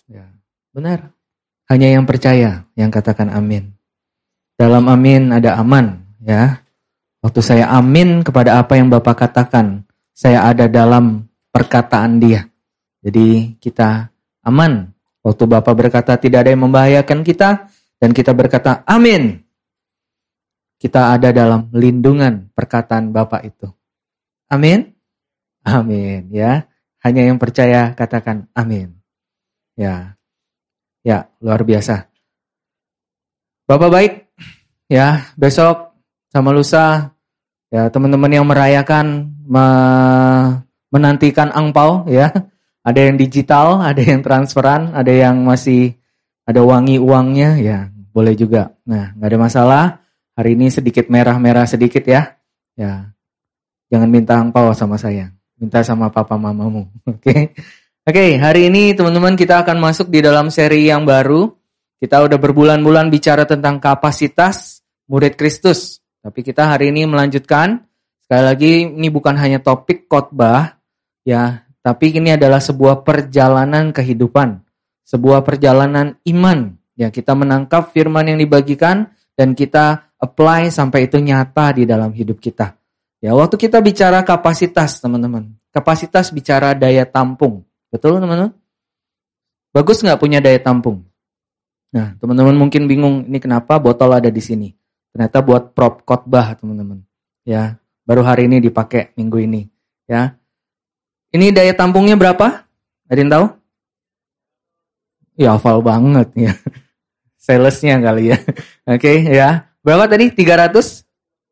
Ya, benar. Hanya yang percaya yang katakan amin. Dalam amin ada aman, ya. Waktu saya amin kepada apa yang Bapak katakan, saya ada dalam perkataan Dia. Jadi kita aman. Waktu Bapak berkata tidak ada yang membahayakan kita, dan kita berkata amin. Kita ada dalam lindungan perkataan Bapak itu. Amin? Amin, ya. Hanya yang percaya katakan amin. Ya. Ya, luar biasa. Bapak baik, ya, besok sama lusa, ya, teman-teman yang merayakan, menantikan angpau, ya. Ada yang digital, ada yang transferan, ada yang masih ada wangi uangnya, ya, boleh juga. Nah, nggak ada masalah. Hari ini sedikit merah-merah sedikit ya. Ya, jangan minta angpau sama saya, minta sama papa mamamu, oke? Oke, hari ini teman-teman kita akan masuk di dalam seri yang baru. Kita udah berbulan-bulan bicara tentang kapasitas murid Kristus. Tapi kita hari ini melanjutkan. Sekali lagi ini bukan hanya topik khotbah, ya, tapi ini adalah sebuah perjalanan kehidupan, sebuah perjalanan iman. Ya, kita menangkap firman yang dibagikan dan kita apply sampai itu nyata di dalam hidup kita. Ya, waktu kita bicara kapasitas, teman-teman, kapasitas bicara daya tampung. Betul, teman-teman? Bagus nggak punya daya tampung? Nah, teman-teman mungkin bingung, ini kenapa botol ada di sini? Ternyata buat prop khotbah, teman-teman. Ya, baru hari ini dipakai minggu ini. Ya, ini daya tampungnya berapa? Ada yang tahu? Ya, hafal banget ya. Salesnya kali ya. Oke, ya. Berapa tadi? 330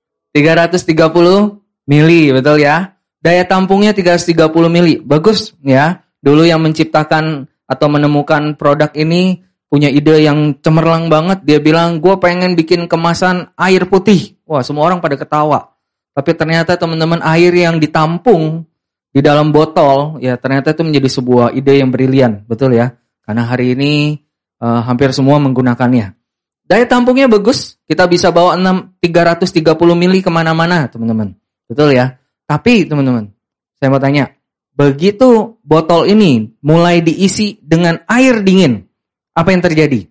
mili, betul ya? Daya tampungnya 330 mili. Bagus ya. Dulu yang menciptakan atau menemukan produk ini punya ide yang cemerlang banget. Dia bilang, gue pengen bikin kemasan air putih. Wah, semua orang pada ketawa. Tapi ternyata teman-teman, air yang ditampung di dalam botol, ya ternyata itu menjadi sebuah ide yang brilian. Betul ya? Karena hari ini hampir semua menggunakannya. Daya tampungnya bagus. Kita bisa bawa 330 mili kemana-mana, teman-teman. Betul ya? Tapi, teman-teman, saya mau tanya, begitu botol ini mulai diisi dengan air dingin, apa yang terjadi?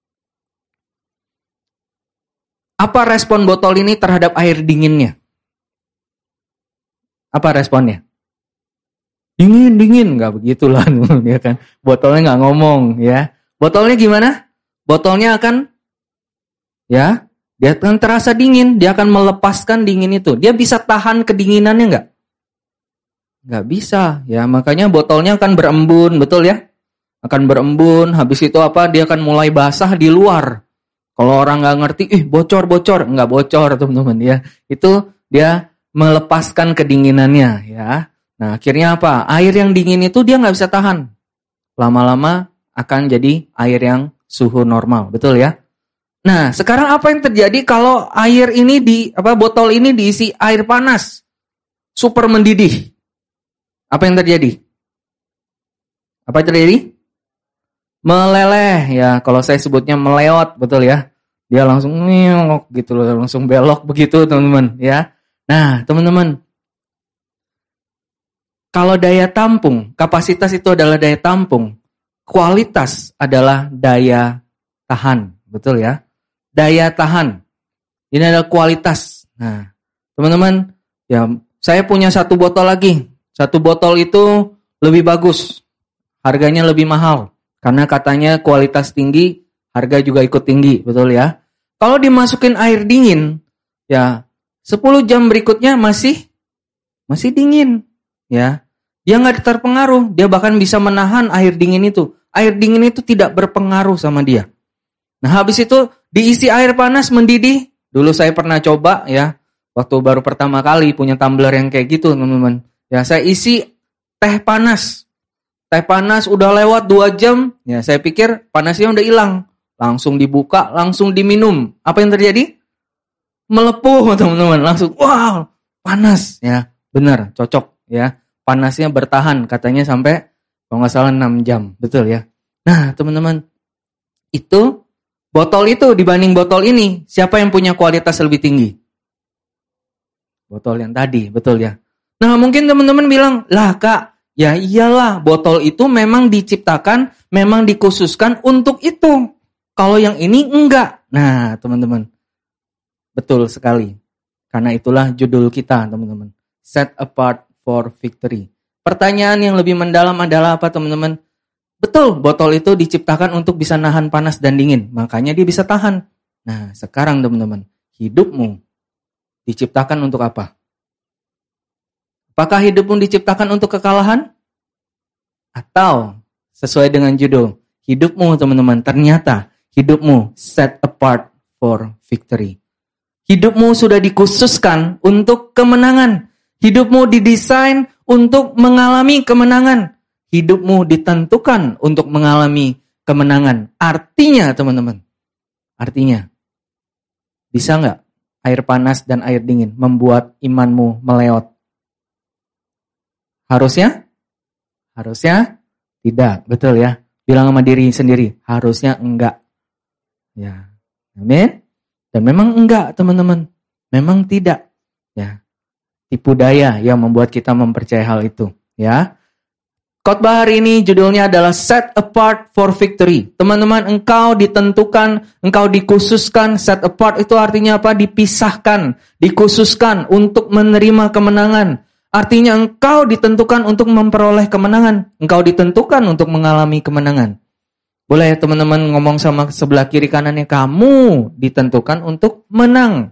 Apa respon botol ini terhadap air dinginnya? Apa responnya? Dingin, nggak begitulah, ya kan? Botolnya nggak ngomong, ya. Botolnya gimana? Botolnya akan, ya, dia akan terasa dingin, dia akan melepaskan dingin itu. Dia bisa tahan kedinginannya nggak? Nggak bisa, ya, makanya botolnya akan berembun, betul ya? Akan berembun, habis itu apa? Dia akan mulai basah di luar. Kalau orang nggak ngerti, bocor, nggak bocor, teman-teman ya. Itu dia melepaskan kedinginannya, ya. Nah, akhirnya apa? Air yang dingin itu dia nggak bisa tahan. Lama-lama akan jadi air yang suhu normal, betul ya? Nah, sekarang apa yang terjadi kalau air ini botol ini diisi air panas, super mendidih? Apa yang terjadi? Apa yang terjadi? Meleleh, ya. Kalau saya sebutnya meleot, betul ya. Dia langsung nyok gitu loh, langsung belok begitu, teman-teman, ya. Nah, teman-teman, kalau daya tampung, kapasitas itu adalah daya tampung, kualitas adalah daya tahan, betul ya. Daya tahan, ini adalah kualitas. Nah, teman-teman, ya, saya punya satu botol lagi. Satu botol itu lebih bagus, harganya lebih mahal. Karena katanya kualitas tinggi, harga juga ikut tinggi, betul ya. Kalau dimasukin air dingin, ya 10 jam berikutnya masih dingin, ya. Dia nggak terpengaruh, dia bahkan bisa menahan air dingin itu. Air dingin itu tidak berpengaruh sama dia. Nah, habis itu diisi air panas mendidih. Dulu saya pernah coba, ya, waktu baru pertama kali punya tumbler yang kayak gitu, teman-teman. Ya, saya isi teh panas. Teh panas udah lewat 2 jam. Ya, saya pikir panasnya udah hilang. Langsung dibuka, langsung diminum. Apa yang terjadi? Melepuh, teman-teman. Langsung, wow, panas. Ya, benar, cocok. Ya, panasnya bertahan. Katanya sampai, kalau nggak salah 6 jam. Betul ya? Nah, teman-teman. Itu, botol itu dibanding botol ini, siapa yang punya kualitas lebih tinggi? Botol yang tadi, betul ya? Nah, mungkin teman-teman bilang, lah Kak, ya iyalah, botol itu memang diciptakan, memang dikhususkan untuk itu. Kalau yang ini enggak. Nah, teman-teman. Betul sekali. Karena itulah judul kita, teman-teman. Set apart for victory. Pertanyaan yang lebih mendalam adalah apa, teman-teman? Betul, botol itu diciptakan untuk bisa nahan panas dan dingin. Makanya dia bisa tahan. Nah, sekarang teman-teman, hidupmu diciptakan untuk apa? Apakah hidupmu diciptakan untuk kekalahan? Atau sesuai dengan judul, hidupmu teman-teman, ternyata hidupmu set apart for victory. Hidupmu sudah dikhususkan untuk kemenangan. Hidupmu didesain untuk mengalami kemenangan. Hidupmu ditentukan untuk mengalami kemenangan. Artinya teman-teman, artinya bisa nggak air panas dan air dingin membuat imanmu meleot? Harusnya? Harusnya tidak, betul ya. Bilang sama diri sendiri, harusnya enggak. Ya, amin. Dan memang enggak teman-teman, memang tidak. Ya, tipu daya yang membuat kita mempercayai hal itu. Ya. Khotbah hari ini judulnya adalah Set Apart for Victory. Teman-teman, engkau ditentukan, engkau dikhususkan. Set apart itu artinya apa? Dipisahkan, dikhususkan untuk menerima kemenangan. Artinya engkau ditentukan untuk memperoleh kemenangan. Engkau ditentukan untuk mengalami kemenangan. Boleh ya teman-teman ngomong sama sebelah kiri kanannya, kamu ditentukan untuk menang.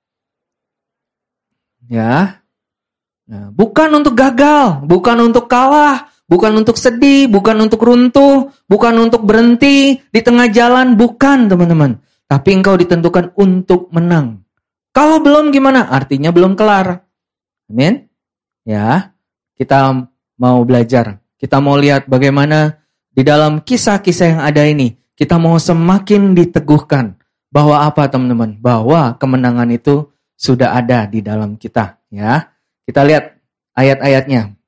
Ya. Nah, bukan untuk gagal, bukan untuk kalah. Bukan untuk sedih, bukan untuk runtuh, bukan untuk berhenti di tengah jalan, bukan teman-teman. Tapi engkau ditentukan untuk menang. Kalau belum gimana? Artinya belum kelar. Amin? Ya, kita mau belajar. Kita mau lihat bagaimana di dalam kisah-kisah yang ada ini, kita mau semakin diteguhkan. Bahwa apa teman-teman? Bahwa kemenangan itu sudah ada di dalam kita. Ya, kita lihat ayat-ayatnya.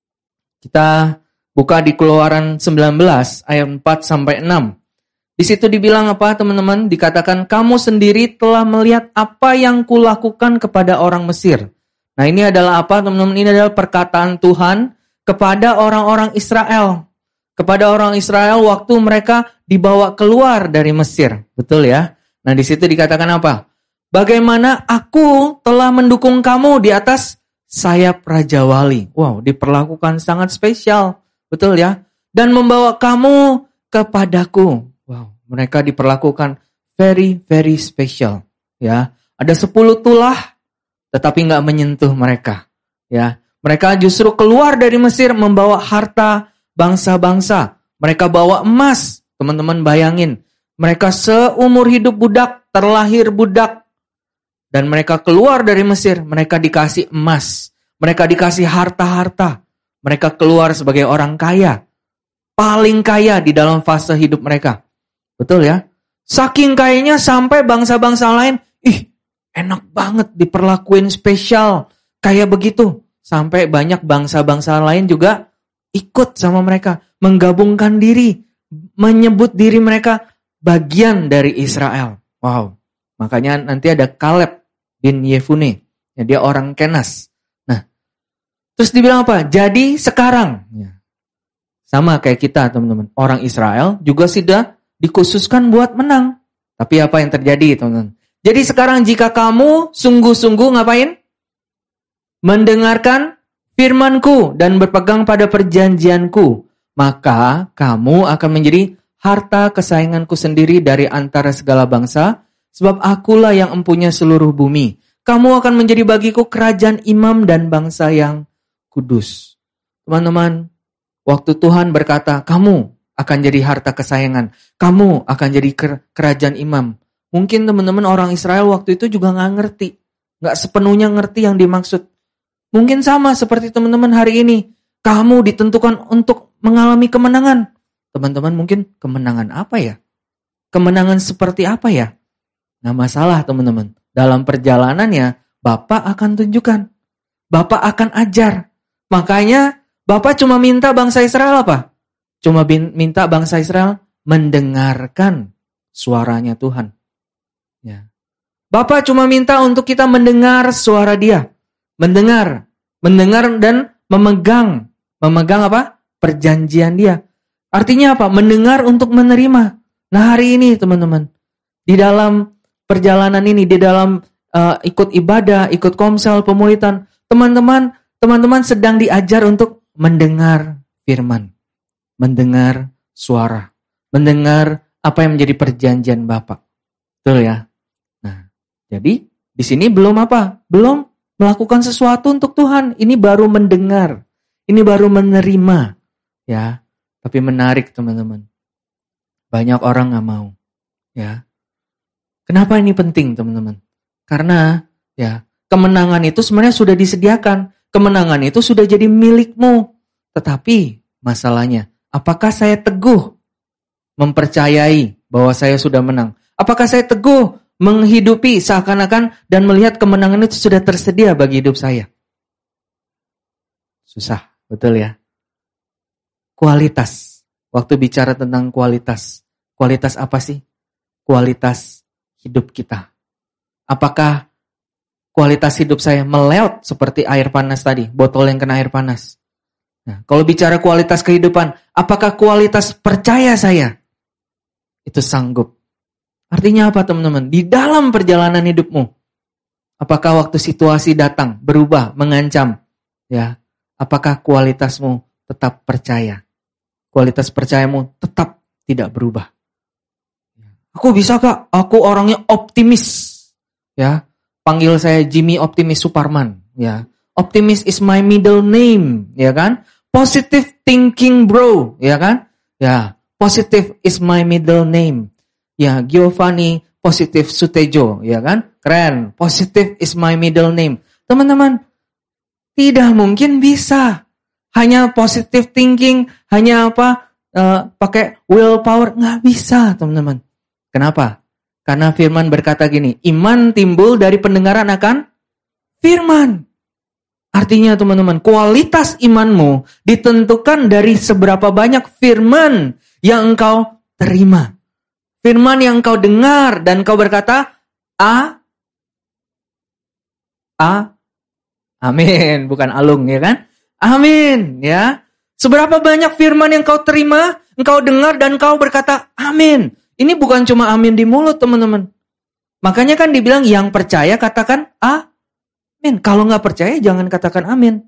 Kita buka di Keluaran 19 ayat 4 sampai 6. Di situ dibilang apa teman-teman? Dikatakan kamu sendiri telah melihat apa yang kulakukan kepada orang Mesir. Nah, ini adalah apa teman-teman? Ini adalah perkataan Tuhan kepada orang-orang Israel. Kepada orang Israel waktu mereka dibawa keluar dari Mesir. Betul ya? Nah, di situ dikatakan apa? Bagaimana aku telah mendukung kamu di atas sayap Raja Wali. Wow, diperlakukan sangat spesial. Betul ya? Dan membawa kamu kepadaku. Wow, mereka diperlakukan very, very special. Ya, ada 10 tulah, tetapi nggak menyentuh mereka. Ya, mereka justru keluar dari Mesir membawa harta bangsa-bangsa. Mereka bawa emas. Teman-teman bayangin. Mereka seumur hidup budak, terlahir budak. Dan mereka keluar dari Mesir, mereka dikasih emas, mereka dikasih harta-harta, mereka keluar sebagai orang kaya, paling kaya di dalam fase hidup mereka. Betul ya? Saking kayanya sampai bangsa-bangsa lain, enak banget diperlakuin spesial, kayak begitu. Sampai banyak bangsa-bangsa lain juga ikut sama mereka, menggabungkan diri, menyebut diri mereka bagian dari Israel. Wow. Makanya nanti ada Kaleb bin Yefune. Ya, dia orang Kenas. Nah, terus dibilang apa? Jadi sekarang. Ya, sama kayak kita teman-teman. Orang Israel juga sudah dikhususkan buat menang. Tapi apa yang terjadi teman-teman? Jadi sekarang jika kamu sungguh-sungguh ngapain? Mendengarkan firmanku dan berpegang pada perjanjianku. Maka kamu akan menjadi harta kesayanganku sendiri dari antara segala bangsa. Sebab akulah yang empunya seluruh bumi. Kamu akan menjadi bagiku kerajaan imam dan bangsa yang kudus. Teman-teman, waktu Tuhan berkata, kamu akan jadi harta kesayangan. Kamu akan jadi kerajaan imam. Mungkin teman-teman orang Israel waktu itu juga gak ngerti. Gak sepenuhnya ngerti yang dimaksud. Mungkin sama seperti teman-teman hari ini. Kamu ditentukan untuk mengalami kemenangan. Teman-teman mungkin kemenangan apa ya? Kemenangan seperti apa ya? Nah, masalah teman-teman, dalam perjalanannya Bapak akan tunjukkan. Bapak akan ajar. Makanya Bapak cuma minta bangsa Israel apa? Cuma minta bangsa Israel mendengarkan suaranya Tuhan. Ya. Bapak cuma minta untuk kita mendengar suara Dia. Mendengar dan memegang apa? Perjanjian Dia. Artinya apa? Mendengar untuk menerima. Nah hari ini teman-teman, di dalam perjalanan ini, di dalam ikut ibadah, ikut komsel, pemulitan, teman-teman sedang diajar untuk mendengar firman, mendengar suara, mendengar apa yang menjadi perjanjian Bapa. Betul ya? Nah, jadi di sini belum apa? Belum melakukan sesuatu untuk Tuhan. Ini baru mendengar, ini baru menerima, ya. Tapi menarik teman-teman, banyak orang nggak mau, ya. Kenapa ini penting teman-teman? Karena ya kemenangan itu sebenarnya sudah disediakan. Kemenangan itu sudah jadi milikmu. Tetapi masalahnya, apakah saya teguh mempercayai bahwa saya sudah menang? Apakah saya teguh menghidupi seakan-akan dan melihat kemenangan itu sudah tersedia bagi hidup saya? Susah, betul ya? Kualitas. Waktu bicara tentang kualitas. Kualitas apa sih? Kualitas hidup kita. Apakah kualitas hidup saya meleot seperti air panas tadi, botol yang kena air panas? Nah, kalau bicara kualitas kehidupan, apakah kualitas percaya saya itu sanggup? Artinya apa teman-teman? Di dalam perjalanan hidupmu, apakah waktu situasi datang, berubah, mengancam, ya, apakah kualitasmu tetap percaya? Kualitas percayamu tetap tidak berubah. Aku bisa kak, aku orangnya optimis. Ya, panggil saya Jimmy Optimis Suparman. Ya, Optimis is my middle name, ya kan? Positive thinking bro, ya kan? Ya, positive is my middle name. Ya, Giovanni Positive Sutejo, ya kan? Keren, positive is my middle name. Teman-teman, tidak mungkin bisa. Hanya positive thinking, hanya apa? Pakai willpower, nggak bisa, teman-teman. Kenapa? Karena firman berkata gini, iman timbul dari pendengaran akan firman. Artinya teman-teman, kualitas imanmu ditentukan dari seberapa banyak firman yang engkau terima. Firman yang engkau dengar dan engkau berkata, amin. Bukan alung ya kan? Amin ya. Seberapa banyak firman yang engkau terima, engkau dengar dan engkau berkata, amin. Ini bukan cuma amin di mulut teman-teman. Makanya kan dibilang yang percaya katakan amin. Kalau nggak percaya jangan katakan amin.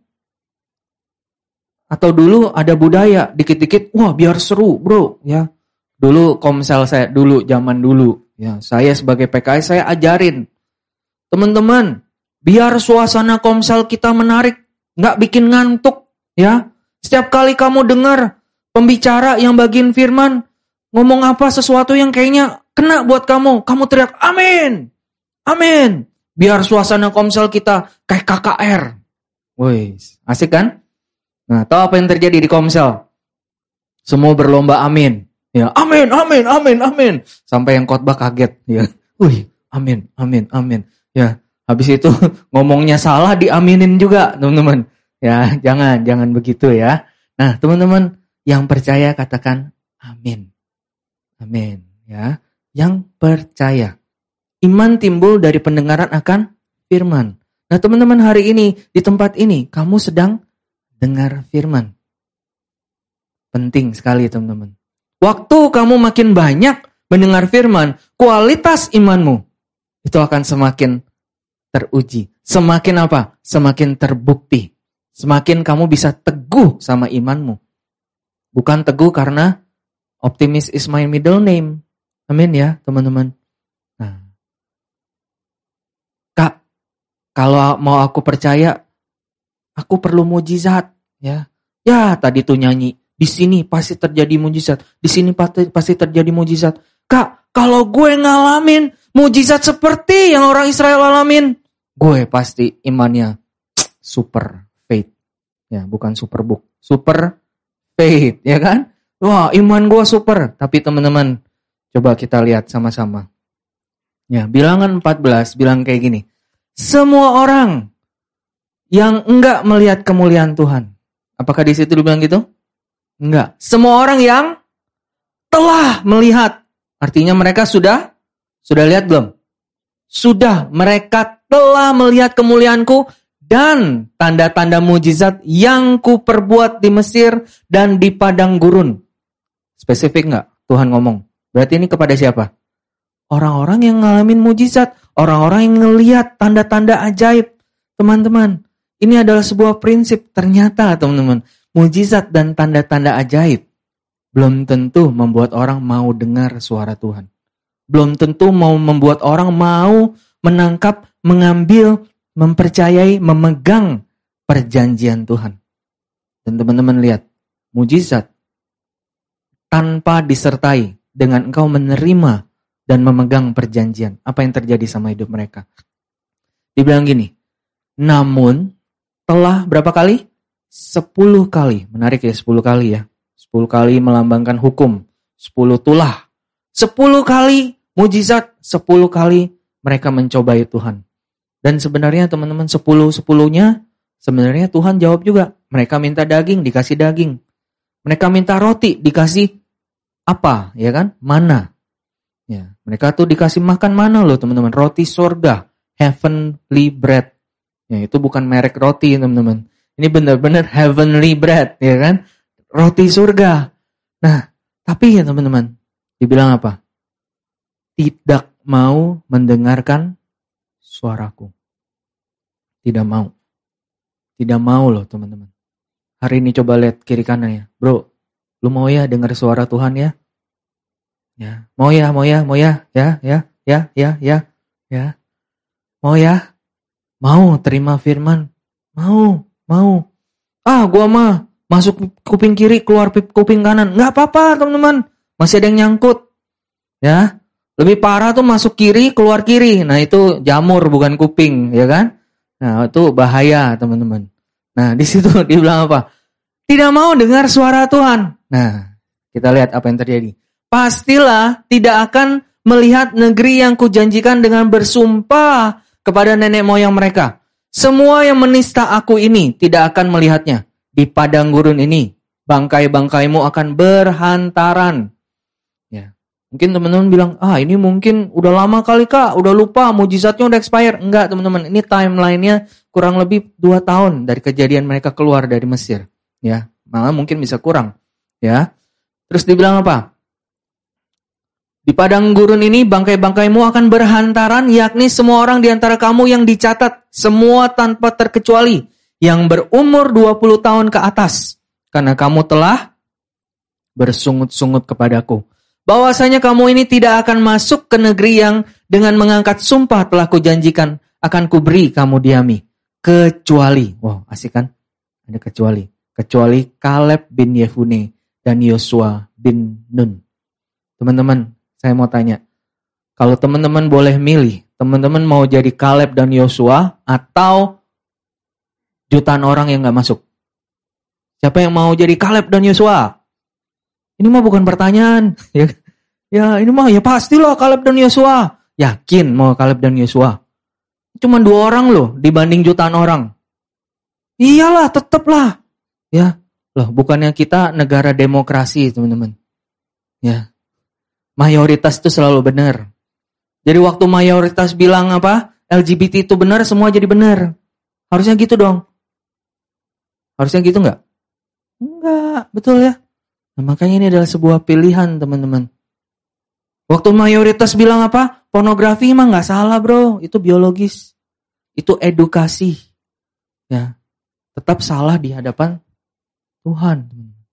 Atau dulu ada budaya dikit-dikit, wah biar seru bro. Ya, dulu komsel saya zaman dulu. Ya, saya sebagai PKI saya ajarin teman-teman biar suasana komsel kita menarik, nggak bikin ngantuk. Ya, setiap kali kamu dengar pembicara yang bagiin firman ngomong apa sesuatu yang kayaknya kena buat kamu teriak amin, amin. Biar suasana komsel kita kayak KKR. Wih, asik kan? Nah, tahu apa yang terjadi di komsel? Semua berlomba amin. Ya, amin, amin, amin, amin. Sampai yang khotbah kaget. Ya, wih, amin, amin, amin. Ya, habis itu ngomongnya salah diaminin juga, teman-teman. Ya, jangan begitu ya. Nah, teman-teman yang percaya katakan amin. Amin, ya. Yang percaya. Iman timbul dari pendengaran akan firman. Nah, teman-teman hari ini di tempat ini kamu sedang dengar firman. Penting sekali, teman-teman. Waktu kamu makin banyak mendengar firman, kualitas imanmu itu akan semakin teruji. Semakin apa? Semakin terbukti. Semakin kamu bisa teguh sama imanmu. Bukan teguh karena Optimis is my middle name. Amin ya, teman-teman. Nah, Kak, kalau mau aku percaya, aku perlu mujizat, ya. Ya, tadi tuh nyanyi, di sini pasti terjadi mujizat, di sini pasti terjadi mujizat. Kak, kalau gue ngalamin mujizat seperti yang orang Israel alamin, gue pasti imannya super faith. Ya, bukan superbook, super faith, ya kan? Wah, iman gue super. Tapi teman-teman, coba kita lihat sama-sama. Ya, Bilangan 14 bilang kayak gini. Semua orang yang enggak melihat kemuliaan Tuhan. Apakah di situ dibilang gitu? Enggak. Semua orang yang telah melihat. Artinya mereka sudah lihat belum? Sudah, mereka telah melihat kemuliaanku dan tanda-tanda mujizat yang ku perbuat di Mesir dan di padang gurun. Spesifik nggak Tuhan ngomong? Berarti ini kepada siapa? Orang-orang yang ngalamin mujizat, orang-orang yang ngelihat tanda-tanda ajaib. Teman-teman, ini adalah sebuah prinsip. Ternyata teman-teman, mujizat dan tanda-tanda ajaib belum tentu membuat orang mau dengar suara Tuhan. Belum tentu mau membuat orang mau menangkap, mengambil, mempercayai, memegang perjanjian Tuhan. Dan teman-teman lihat, mujizat tanpa disertai dengan engkau menerima dan memegang perjanjian. Apa yang terjadi sama hidup mereka? Dibilang gini, namun telah berapa kali? 10 kali. Menarik ya, 10 kali ya. 10 kali melambangkan hukum. 10 tulah. 10 kali mujizat. 10 kali mereka mencobai Tuhan. Dan sebenarnya teman-teman 10-10-nya sebenarnya Tuhan jawab juga. Mereka minta daging, dikasih daging. Mereka minta roti, dikasih apa? Ya kan? Mana. Ya, mereka tuh dikasih makan mana loh teman-teman. Roti surga. Heavenly bread. Ya, itu bukan merek roti teman-teman. Ini benar-benar heavenly bread, ya kan? Roti surga. Nah, tapi ya teman-teman, dibilang apa? Tidak mau mendengarkan suaraku. Tidak mau. Tidak mau loh teman-teman. Hari ini coba lihat kiri kanan ya. Bro, lu mau ya dengar suara Tuhan ya? Ya, mau ya. Ya. Mau ya? Mau terima firman? Mau. Gua mah masuk kuping kiri, keluar kuping kanan. Nggak apa-apa teman-teman. Masih ada yang nyangkut. Ya. Lebih parah tuh masuk kiri, keluar kiri. Nah itu jamur bukan kuping, ya kan? Nah itu bahaya teman-teman. Nah di situ dibilang apa? Tidak mau dengar suara Tuhan. Nah kita lihat apa yang terjadi. Pastilah tidak akan melihat negeri yang kujanjikan dengan bersumpah kepada nenek moyang mereka. Semua yang menista aku ini tidak akan melihatnya. Di padang gurun ini, bangkai-bangkaimu akan berhantaran. Ya, mungkin teman-teman bilang, ini mungkin udah lama kali kak, udah lupa, mujizatnya udah expire. Enggak teman-teman, ini timeline-nya kurang lebih 2 tahun dari kejadian mereka keluar dari Mesir. Ya, malah mungkin bisa kurang. Ya, terus dibilang apa? Di padang gurun ini bangkai-bangkaimu akan berhantaran, yakni semua orang di antara kamu yang dicatat, semua tanpa terkecuali, yang berumur 20 tahun ke atas. Karena kamu telah bersungut-sungut kepadaku. Bahwasanya kamu ini tidak akan masuk ke negeri yang dengan mengangkat sumpah telah kujanjikan, akan kuberi kamu diami. Kecuali, asik kan? Ada kecuali. Kecuali Kaleb bin Yefune dan Yosua bin Nun. Teman-teman, saya mau tanya, kalau teman-teman boleh milih, teman-teman mau jadi Kaleb dan Yosua atau jutaan orang yang gak masuk? Siapa yang mau jadi Kaleb dan Yosua? Ini mah bukan pertanyaan. Ya ini mah ya pastilah Kaleb dan Yosua. Yakin mau Kaleb dan Yosua? Cuma 2 orang loh dibanding jutaan orang. Iyalah, tetaplah. Ya, loh bukannya kita negara demokrasi teman-teman. Ya. Mayoritas itu selalu benar. Jadi waktu mayoritas bilang apa? LGBT itu benar, semua jadi benar. Harusnya gitu dong. Harusnya gitu enggak? Enggak, betul ya. Nah, makanya ini adalah sebuah pilihan teman-teman. Waktu mayoritas bilang apa? Pornografi mah enggak salah bro, itu biologis. Itu edukasi. Ya, tetap salah di hadapan Tuhan.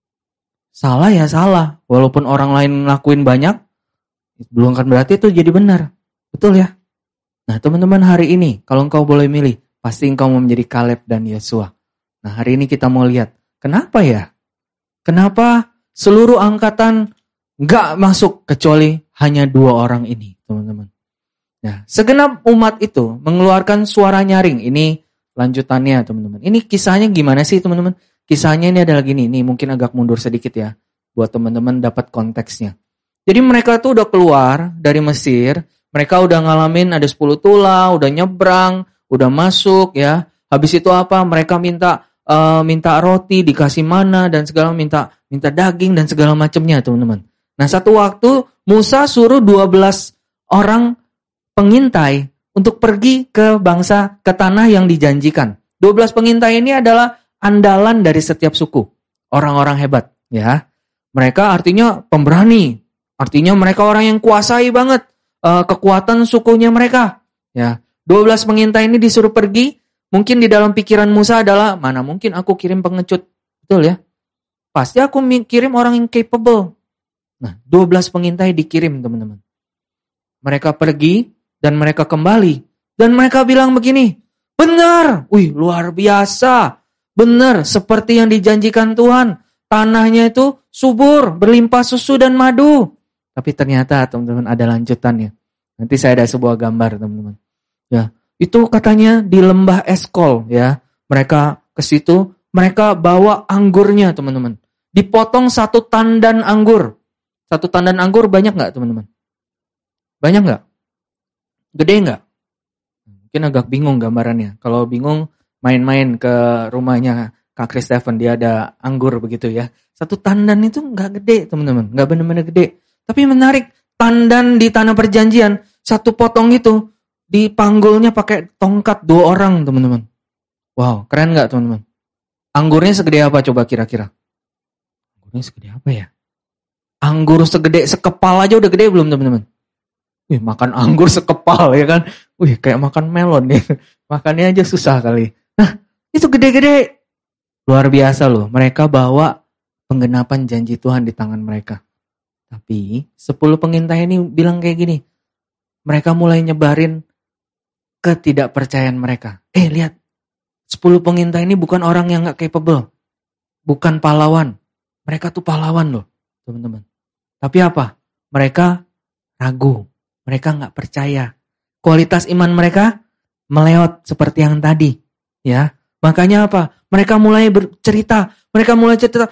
Salah ya salah. Walaupun orang lain ngelakuin banyak, belum kan berarti itu jadi benar. Betul ya? Nah teman-teman hari ini, kalau engkau boleh milih, pasti engkau mau menjadi Kaleb dan Yosua. Nah hari ini kita mau lihat, kenapa ya? Kenapa seluruh angkatan gak masuk kecuali hanya 2 orang ini, teman-teman. Nah segenap umat itu mengeluarkan suara nyaring. Ini lanjutannya teman-teman. Ini kisahnya gimana sih teman-teman? Kisahnya ini adalah gini, ini mungkin agak mundur sedikit ya, buat teman-teman dapat konteksnya. Jadi mereka tuh udah keluar dari Mesir, mereka udah ngalamin ada 10 tulah, udah nyebrang, udah masuk ya. Habis itu apa? Mereka minta roti, dikasih mana dan segala minta daging dan segala macamnya, teman-teman. Nah, satu waktu Musa suruh 12 orang pengintai untuk pergi ke tanah yang dijanjikan. 12 pengintai ini adalah andalan dari setiap suku, orang-orang hebat ya. Mereka artinya pemberani. Artinya mereka orang yang kuasai banget kekuatan sukunya mereka. Ya, 12 pengintai ini disuruh pergi. Mungkin di dalam pikiran Musa adalah, mana mungkin aku kirim pengecut. Betul ya? Pasti aku kirim orang yang capable. Nah, 12 pengintai dikirim, teman-teman. Mereka pergi dan mereka kembali. Dan mereka bilang begini, benar, luar biasa. Benar, seperti yang dijanjikan Tuhan. Tanahnya itu subur, berlimpah susu dan madu. Tapi ternyata, teman-teman, ada lanjutannya. Nanti saya ada sebuah gambar, teman-teman. Ya, itu katanya di lembah Eskol, ya. Mereka ke situ, mereka bawa anggurnya, teman-teman. Dipotong 1 tandan anggur. 1 tandan anggur banyak nggak, teman-teman? Banyak nggak? Gede nggak? Mungkin agak bingung gambarannya. Kalau bingung, main-main ke rumahnya Kak Chris Stephen, dia ada anggur begitu ya. 1 tandan itu nggak gede, teman-teman. Nggak benar-benar gede. Tapi menarik, tandan di tanah perjanjian, 1 potong itu dipanggulnya pakai tongkat 2 orang, teman-teman. Wow, keren nggak, teman-teman? Anggurnya segede apa coba kira-kira? Anggurnya segede apa ya? Anggur segede sekepal aja udah gede belum, teman-teman? Makan anggur sekepal ya kan? Kayak makan melon nih. Makannya aja susah kali. Nah, itu gede-gede. Luar biasa loh. Mereka bawa penggenapan janji Tuhan di tangan mereka. Tapi 10 pengintai ini bilang kayak gini. Mereka mulai nyebarin ketidakpercayaan mereka. Lihat. 10 pengintai ini bukan orang yang gak capable. Bukan pahlawan. Mereka tuh pahlawan loh, teman-teman. Tapi apa? Mereka ragu. Mereka gak percaya. Kualitas iman mereka meleot seperti yang tadi. Ya, makanya apa? Mereka mulai bercerita. Mereka mulai cerita.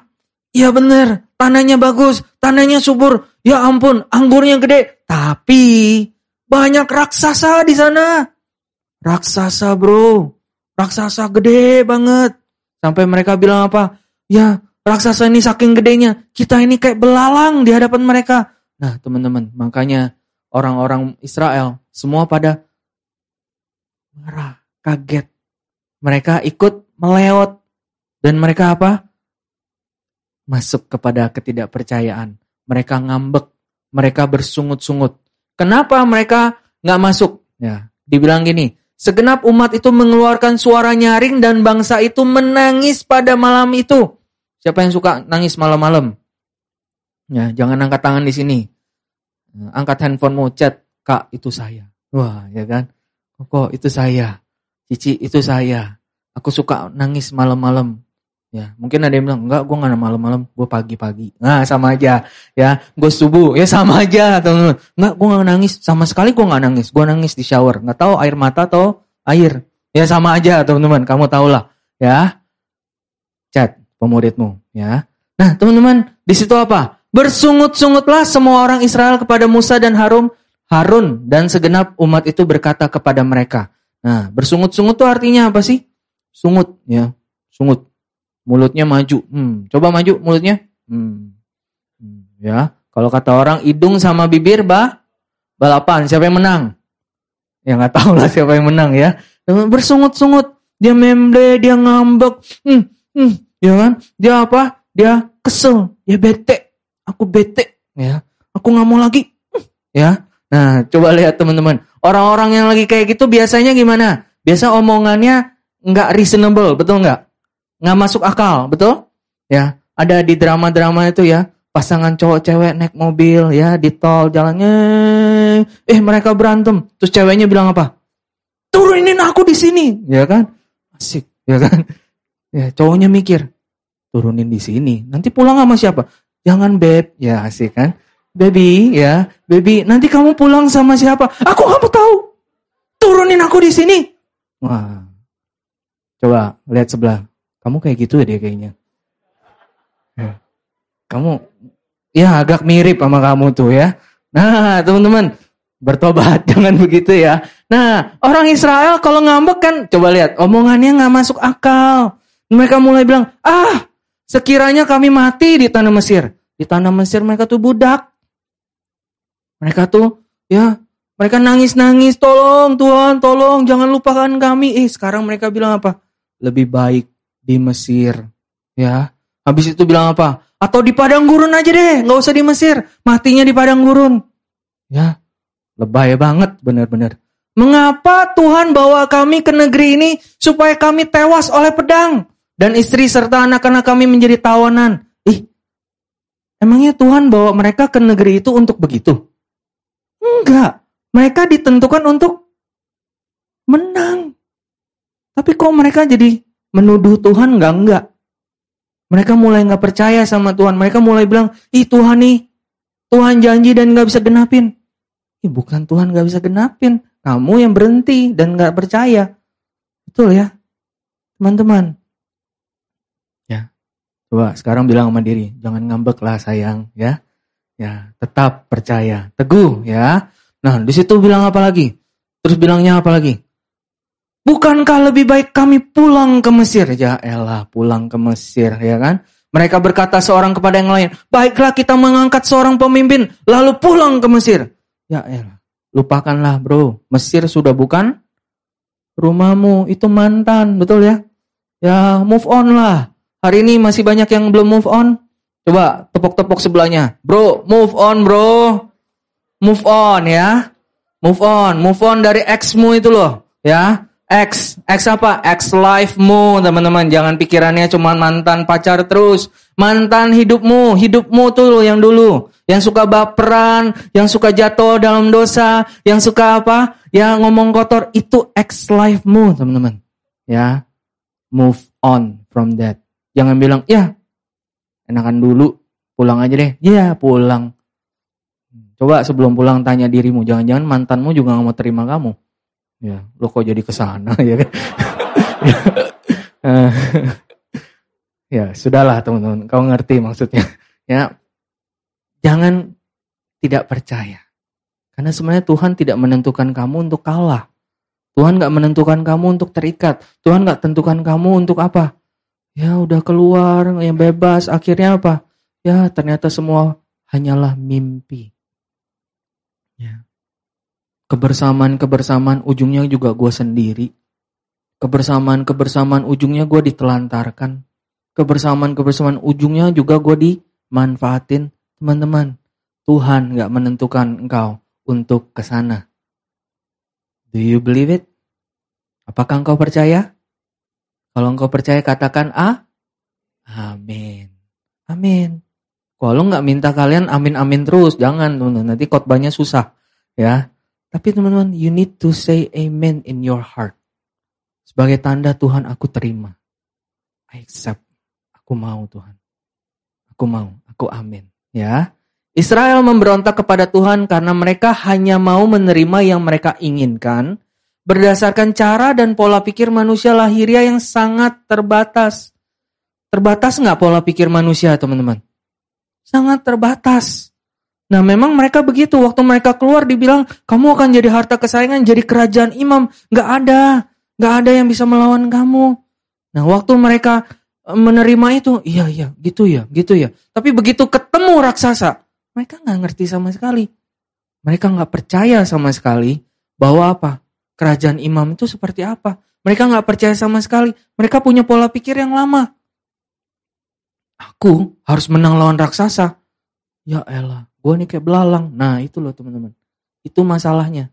Iya benar. Tanahnya bagus. Tanahnya subur. Ya ampun, anggurnya gede. Tapi banyak raksasa di sana. Raksasa bro. Raksasa gede banget. Sampai mereka bilang apa? Ya, raksasa ini saking gedenya. Kita ini kayak belalang di hadapan mereka. Nah teman-teman, makanya orang-orang Israel semua pada marah, kaget. Mereka ikut meleot. Dan mereka apa? Masuk kepada ketidakpercayaan. Mereka ngambek. Mereka bersungut-sungut. Kenapa mereka gak masuk? Ya, dibilang gini. Segenap umat itu mengeluarkan suara nyaring dan bangsa itu menangis pada malam itu. Siapa yang suka nangis malam-malam? Ya, jangan angkat tangan di sini. Angkat handphonemu, chat, Kak, itu saya. Wah, ya kan? Kok itu saya. Cici, itu saya. Aku suka nangis malam-malam. Ya, mungkin ada yang bilang, enggak, gue gak malam-malam, gue pagi-pagi. Nah, sama aja. Ya, gue subuh, ya sama aja. Teman-teman. Enggak, gue gak nangis. Sama sekali gue gak nangis. Gue nangis di shower. Gak tahu air mata atau air. Ya, sama aja, teman-teman. Kamu tahulah. Ya, chat pemuridmu. Ya. Nah, teman-teman, di situ apa? Bersungut-sungutlah semua orang Israel kepada Musa dan Harun. Harun dan segenap umat itu berkata kepada mereka. Nah, bersungut-sungut itu artinya apa sih? Sungut, ya. Sungut. Mulutnya maju. Coba maju mulutnya. Ya, kalau kata orang hidung sama bibir balapan. Siapa yang menang? Ya nggak tahu lah siapa yang menang ya. Bersungut-sungut. Dia memble, dia ngambek. Ya kan? Dia apa? Dia kesel. Dia bete. Aku bete. Ya. Aku nggak mau lagi. Ya. Nah, coba lihat teman-teman. Orang-orang yang lagi kayak gitu biasanya gimana? Biasa omongannya nggak reasonable, betul nggak? Nggak masuk akal, betul? Ya, ada di drama-drama itu ya, pasangan cowok cewek naik mobil ya di tol jalannya, mereka berantem, terus ceweknya bilang apa? Turunin aku di sini, ya kan? Asik, ya kan? Ya, cowoknya mikir, turunin di sini, nanti pulang sama siapa? Jangan beb, ya asik kan? Baby, ya, baby, nanti kamu pulang sama siapa? Aku nggak mau tahu. Turunin aku di sini. Wah, coba lihat sebelah. Kamu kayak gitu ya dia kayaknya. Kamu ya agak mirip sama kamu tuh ya. Nah teman-teman bertobat jangan begitu ya. Nah orang Israel kalau ngambek kan coba lihat omongannya gak masuk akal. Mereka mulai bilang sekiranya kami mati di tanah Mesir. Di tanah Mesir mereka tuh budak. Mereka tuh ya mereka nangis-nangis. Tolong Tuhan tolong jangan lupakan kami. Sekarang mereka bilang apa? Lebih baik di Mesir, ya. Habis itu bilang apa? Atau di padang gurun aja deh, gak usah di Mesir. Matinya di padang gurun. Ya, lebay banget benar-benar. Mengapa Tuhan bawa kami ke negeri ini supaya kami tewas oleh pedang? Dan istri serta anak-anak kami menjadi tawanan. Emangnya Tuhan bawa mereka ke negeri itu untuk begitu? Enggak. Mereka ditentukan untuk menang. Tapi kok mereka jadi menuduh Tuhan? Enggak. Mereka mulai gak percaya sama Tuhan. Mereka mulai bilang, Tuhan nih, Tuhan janji dan gak bisa genapin. Bukan Tuhan gak bisa genapin. Kamu yang berhenti dan gak percaya. Betul ya, teman-teman. Ya, coba sekarang bilang sama diri, jangan ngambek lah sayang, ya. Ya, tetap percaya, teguh ya. Nah, di situ bilang apa lagi? Terus bilangnya apa lagi? Bukankah lebih baik kami pulang ke Mesir? Ya elah, pulang ke Mesir, ya kan? Mereka berkata seorang kepada yang lain, baiklah kita mengangkat seorang pemimpin, lalu pulang ke Mesir. Ya elah, lupakanlah bro, Mesir sudah bukan rumahmu, itu mantan, betul ya? Ya move on lah. Hari ini masih banyak yang belum move on. Coba tepuk-tepuk sebelahnya. Bro, move on bro. Move on ya. Move on dari ex-mu itu loh. Ya, ex apa? Ex life-mu teman-teman. Jangan pikirannya cuma mantan pacar terus. Mantan hidupmu tuh loh yang dulu. Yang suka baperan, yang suka jatuh dalam dosa, yang suka apa? Ya ngomong kotor, itu ex life-mu teman-teman. Ya, move on from that. Jangan bilang, ya enakan dulu, pulang aja deh. Ya pulang. Coba sebelum pulang tanya dirimu, jangan-jangan mantanmu juga gak mau terima kamu. Ya, lo kok jadi kesana ya kan? Ya, sudahlah teman-teman, kau ngerti maksudnya. Ya, jangan tidak percaya. Karena sebenarnya Tuhan tidak menentukan kamu untuk kalah. Tuhan gak menentukan kamu untuk terikat. Tuhan gak tentukan kamu untuk apa? Ya udah keluar, yang bebas, akhirnya apa? Ya ternyata semua hanyalah mimpi. Ya. Kebersamaan ujungnya juga gue sendiri. Kebersamaan ujungnya gue ditelantarkan. Kebersamaan ujungnya juga gue dimanfaatin. Teman-teman, Tuhan gak menentukan engkau untuk kesana. Do you believe it? Apakah engkau percaya? Kalau engkau percaya katakan amin. Amin. Kalau gak minta kalian amin-amin terus, jangan teman-teman, nanti khotbahnya susah ya. Tapi teman-teman, you need to say amen in your heart. Sebagai tanda Tuhan aku terima. I accept. Aku mau Tuhan. Aku mau, aku amin. Ya. Israel memberontak kepada Tuhan karena mereka hanya mau menerima yang mereka inginkan berdasarkan cara dan pola pikir manusia lahiriah yang sangat terbatas. Terbatas nggak pola pikir manusia, teman-teman? Sangat terbatas. Nah, memang mereka begitu. Waktu mereka keluar dibilang, kamu akan jadi harta kesayangan, jadi kerajaan imam. Nggak ada yang bisa melawan kamu. Nah, waktu mereka menerima itu, iya, gitu ya. Tapi begitu ketemu raksasa, mereka nggak ngerti sama sekali. Mereka nggak percaya sama sekali bahwa apa? Kerajaan imam itu seperti apa? Mereka nggak percaya sama sekali. Mereka punya pola pikir yang lama. Aku harus menang lawan raksasa. Ya elah, gue nih kayak belalang. Nah itu loh teman-teman. Itu masalahnya.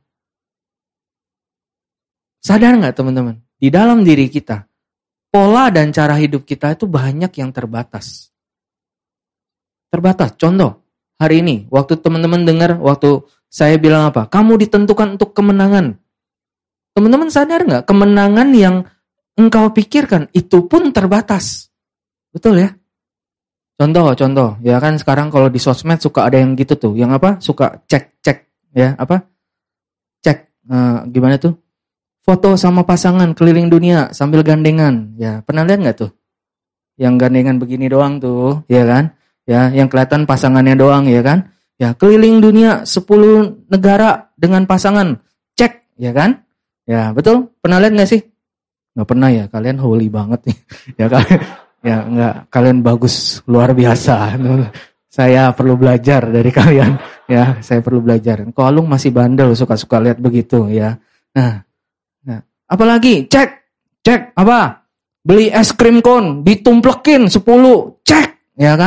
Sadar nggak teman-teman? Di dalam diri kita, pola dan cara hidup kita itu banyak yang terbatas. Terbatas. Contoh, hari ini, waktu teman-teman dengar, waktu saya bilang apa? Kamu ditentukan untuk kemenangan. Teman-teman sadar nggak? Kemenangan yang engkau pikirkan itu pun terbatas. Betul ya? Contoh, ya kan sekarang kalau di sosmed suka ada yang gitu tuh, yang apa? Suka cek, ya apa? Cek, gimana tuh? Foto sama pasangan keliling dunia sambil gandengan, ya pernah lihat nggak tuh? Yang gandengan begini doang tuh, ya kan? Ya, yang kelihatan pasangannya doang, ya kan? Ya keliling dunia 10 negara dengan pasangan, cek, ya kan? Ya betul, pernah lihat nggak sih? Nggak pernah ya, kalian holy banget nih, ya kan? Ya enggak, kalian bagus, luar biasa. Saya perlu belajar dari kalian. Ya, saya perlu belajar. Kalau masih bandel, suka-suka lihat begitu ya. Nah, apalagi cek apa? Beli es krim cone, ditumplekin 10, cek, ya kan?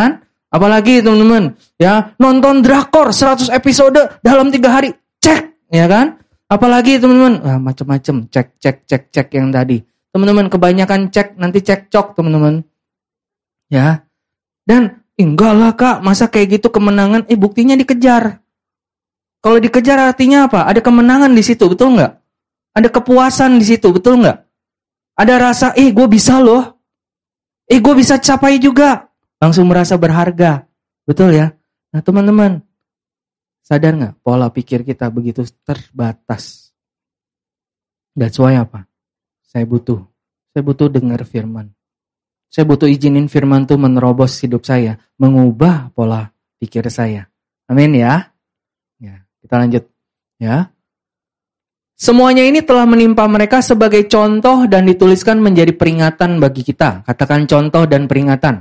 Apalagi teman-teman, ya, nonton drakor 100 episode dalam 3 hari. Cek, ya kan? Apalagi teman-teman, macam-macam, cek yang tadi. Teman-teman kebanyakan cek, nanti cekcok teman-teman. Ya. Dan enggak lah Kak, masa kayak gitu kemenangan, buktinya dikejar. Kalau dikejar artinya apa? Ada kemenangan di situ, betul nggak? Ada kepuasan di situ, betul nggak? Ada rasa, gue bisa loh. Gue bisa capai juga. Langsung merasa berharga. Betul ya? Nah teman-teman, sadar nggak pola pikir kita begitu terbatas? That's why apa? Saya butuh dengar firman. Saya butuh izinin firman itu menerobos hidup saya, mengubah pola pikir saya. Amin ya. Ya, kita lanjut ya. Semuanya ini telah menimpa mereka sebagai contoh dan dituliskan menjadi peringatan bagi kita. Katakan contoh dan peringatan.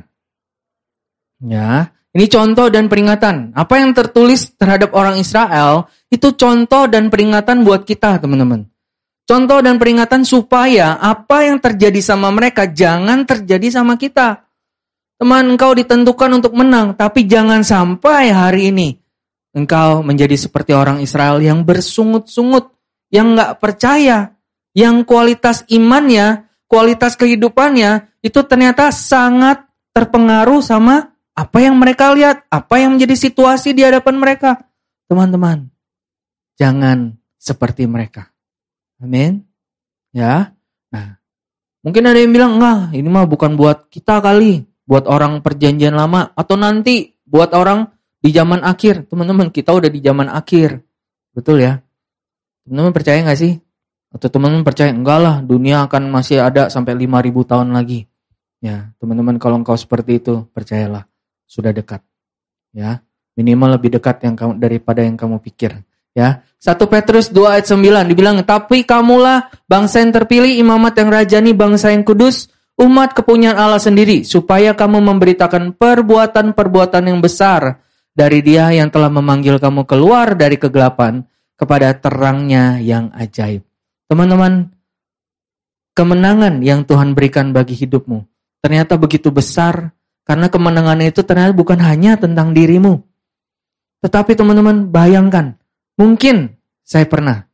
Ya, ini contoh dan peringatan. Apa yang tertulis terhadap orang Israel itu contoh dan peringatan buat kita, teman-teman. Contoh dan peringatan supaya apa yang terjadi sama mereka jangan terjadi sama kita. Teman, engkau ditentukan untuk menang, tapi jangan sampai hari ini engkau menjadi seperti orang Israel yang bersungut-sungut, yang gak percaya, yang kualitas imannya, kualitas kehidupannya itu ternyata sangat terpengaruh sama apa yang mereka lihat, apa yang menjadi situasi di hadapan mereka. Teman-teman, jangan seperti mereka. Amin. Ya. Nah, mungkin ada yang bilang, enggak, ini mah bukan buat kita kali, buat orang perjanjian lama, atau nanti buat orang di zaman akhir. Teman-teman, kita udah di zaman akhir. Betul ya? Teman-teman percaya gak sih? Atau teman-teman percaya, enggak lah, dunia akan masih ada sampai 5.000 tahun lagi. Ya, teman-teman kalau engkau seperti itu, percayalah, sudah dekat. Ya, minimal lebih dekat daripada yang kamu pikir. Ya, 1 Petrus 2 ayat 9 dibilang, tapi kamulah bangsa yang terpilih, imamat yang rajani, bangsa yang kudus, umat kepunyaan Allah sendiri, supaya kamu memberitakan perbuatan-perbuatan yang besar dari Dia yang telah memanggil kamu keluar dari kegelapan kepada terangnya yang ajaib. Teman-teman, kemenangan yang Tuhan berikan bagi hidupmu ternyata begitu besar, karena kemenangan itu ternyata bukan hanya tentang dirimu. Tetapi teman-teman bayangkan, mungkin saya pernah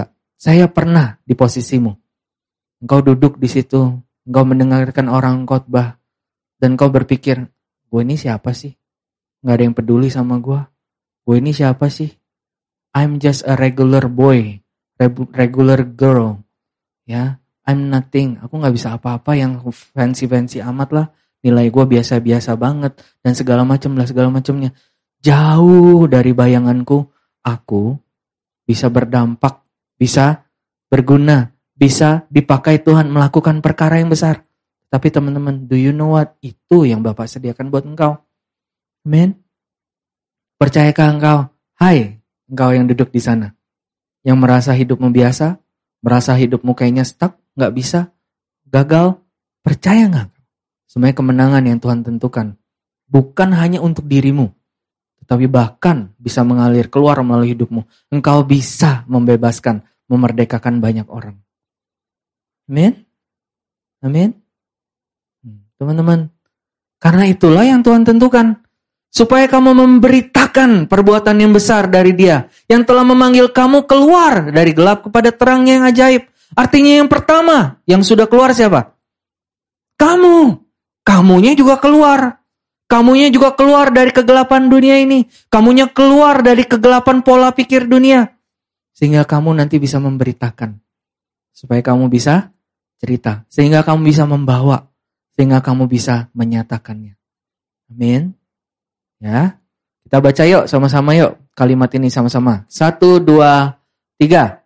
di posisimu. Engkau duduk di situ, engkau mendengarkan orang khotbah, dan engkau berpikir, gue ini siapa sih? Gak ada yang peduli sama gue. Gue ini siapa sih? I'm just a regular boy, regular girl. Ya, I'm nothing. Aku gak bisa apa-apa yang fancy-fancy amat lah. Nilai gue biasa-biasa banget dan segala macamnya. Jauh dari bayanganku, aku bisa berdampak, bisa berguna, bisa dipakai Tuhan melakukan perkara yang besar. Tapi teman-teman, do you know what? Itu yang Bapak sediakan buat engkau. Amin. Percayakah engkau? Hai, engkau yang duduk di sana, yang merasa hidupmu biasa, merasa hidupmu kayaknya stuck, gak bisa, gagal. Percaya gak? Semuanya kemenangan yang Tuhan tentukan bukan hanya untuk dirimu, tetapi bahkan bisa mengalir keluar melalui hidupmu. Engkau bisa membebaskan, memerdekakan banyak orang. Amin? Amin? Teman-teman, karena itulah yang Tuhan tentukan. Supaya kamu memberitakan perbuatan yang besar dari Dia, yang telah memanggil kamu keluar dari gelap kepada terangnya yang ajaib. Artinya yang pertama, yang sudah keluar siapa? Kamu. Kamunya juga keluar. Kamunya juga keluar dari kegelapan dunia ini. Kamunya keluar dari kegelapan pola pikir dunia. Sehingga kamu nanti bisa memberitakan. Supaya kamu bisa cerita. Sehingga kamu bisa membawa. Sehingga kamu bisa menyatakannya. Amin. Ya. Kita baca yuk sama-sama yuk. Kalimat ini sama-sama. 1, 2, 3.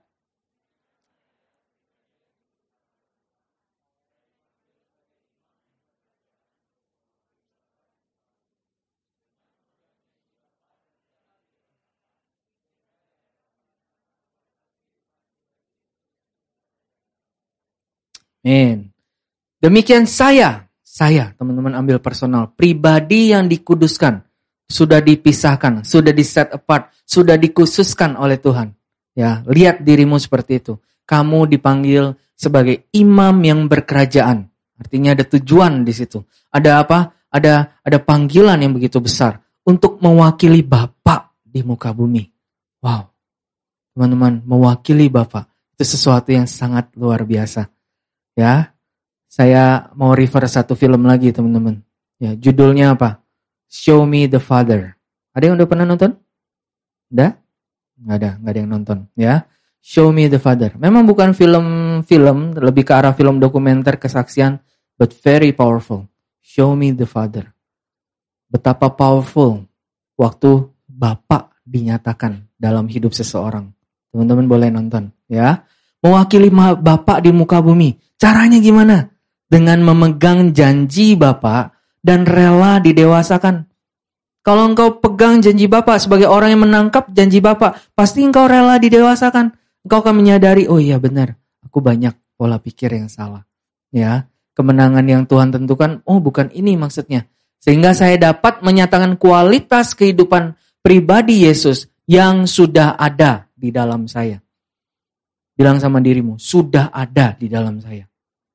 Amin. Demikian saya teman-teman ambil personal, pribadi yang dikuduskan, sudah dipisahkan, sudah di-set apart, sudah dikhususkan oleh Tuhan. Ya, lihat dirimu seperti itu. Kamu dipanggil sebagai imam yang berkerajaan. Artinya ada tujuan di situ. Ada apa? ada panggilan yang begitu besar untuk mewakili Bapa di muka bumi. Wow. Teman-teman, mewakili Bapa itu sesuatu yang sangat luar biasa. Ya. Saya mau refer satu film lagi, teman-teman. Ya, judulnya apa? Show Me the Father. Ada yang udah pernah nonton? Udah? Nggak ada yang nonton, ya. Show Me the Father. Memang bukan film, lebih ke arah film dokumenter kesaksian, but very powerful. Show Me the Father. Betapa powerful waktu Bapa dinyatakan dalam hidup seseorang. Teman-teman boleh nonton, ya. Mewakili Bapa di muka bumi. Caranya gimana? Dengan memegang janji Bapa dan rela didewasakan. Kalau engkau pegang janji Bapa sebagai orang yang menangkap janji Bapa, pasti engkau rela didewasakan. Engkau akan menyadari, oh iya benar, aku banyak pola pikir yang salah. Ya, kemenangan yang Tuhan tentukan, oh bukan ini maksudnya. Sehingga saya dapat menyatakan kualitas kehidupan pribadi Yesus yang sudah ada di dalam saya. Bilang sama dirimu, sudah ada di dalam saya.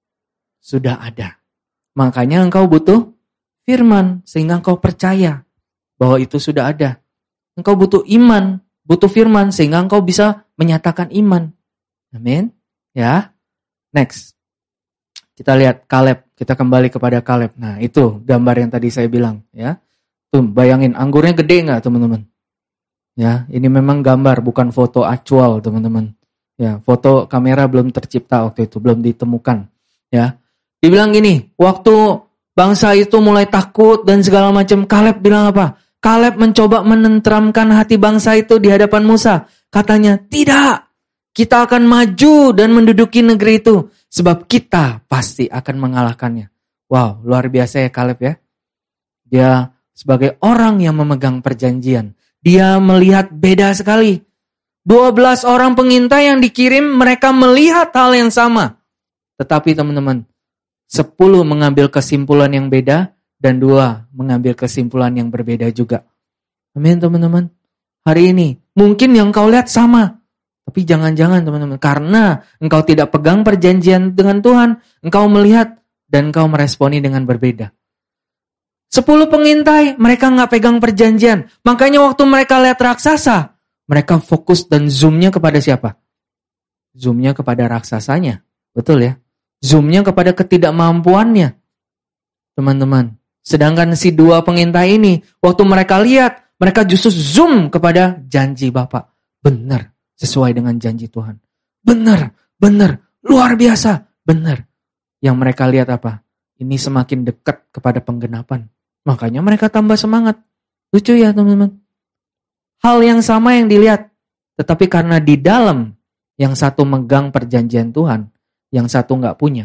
Sudah ada. Makanya engkau butuh firman, sehingga engkau percaya bahwa itu sudah ada. Engkau butuh iman, butuh firman, sehingga engkau bisa menyatakan iman. Amin. Ya. Next. Kita lihat Kaleb. Kita kembali kepada Kaleb. Nah, itu gambar yang tadi saya bilang. Ya. Tuh, bayangin, anggurnya gede nggak, teman-teman? Ya, ini memang gambar, bukan foto actual, teman-teman. Ya, foto kamera belum tercipta waktu itu, belum ditemukan. Ya. Dibilang gini, waktu bangsa itu mulai takut dan segala macam, Kaleb bilang apa? Kaleb mencoba menenteramkan hati bangsa itu di hadapan Musa. Katanya, tidak, kita akan maju dan menduduki negeri itu. Sebab kita pasti akan mengalahkannya. Wow, luar biasa ya Kaleb ya. Dia sebagai orang yang memegang perjanjian. Dia melihat beda sekali. 12 orang pengintai yang dikirim, mereka melihat hal yang sama. Tetapi teman-teman, 10 mengambil kesimpulan yang beda, dan 2 mengambil kesimpulan yang berbeda juga. Amin teman-teman. Hari ini, mungkin yang kau lihat sama. Tapi jangan-jangan teman-teman, karena engkau tidak pegang perjanjian dengan Tuhan, engkau melihat dan engkau meresponi dengan berbeda. 10 pengintai, mereka gak pegang perjanjian. Makanya waktu mereka lihat raksasa, mereka fokus dan zoomnya kepada siapa? Zoomnya kepada raksasanya. Betul ya? Zoomnya kepada ketidakmampuannya. Teman-teman. Sedangkan si 2 pengintai ini, waktu mereka lihat, mereka justru zoom kepada janji Bapa. Benar, sesuai dengan janji Tuhan. Benar, luar biasa, benar. Yang mereka lihat apa? Ini semakin dekat kepada penggenapan. Makanya mereka tambah semangat. Lucu ya teman-teman. Hal yang sama yang dilihat. Tetapi karena di dalam, yang satu megang perjanjian Tuhan, yang satu gak punya.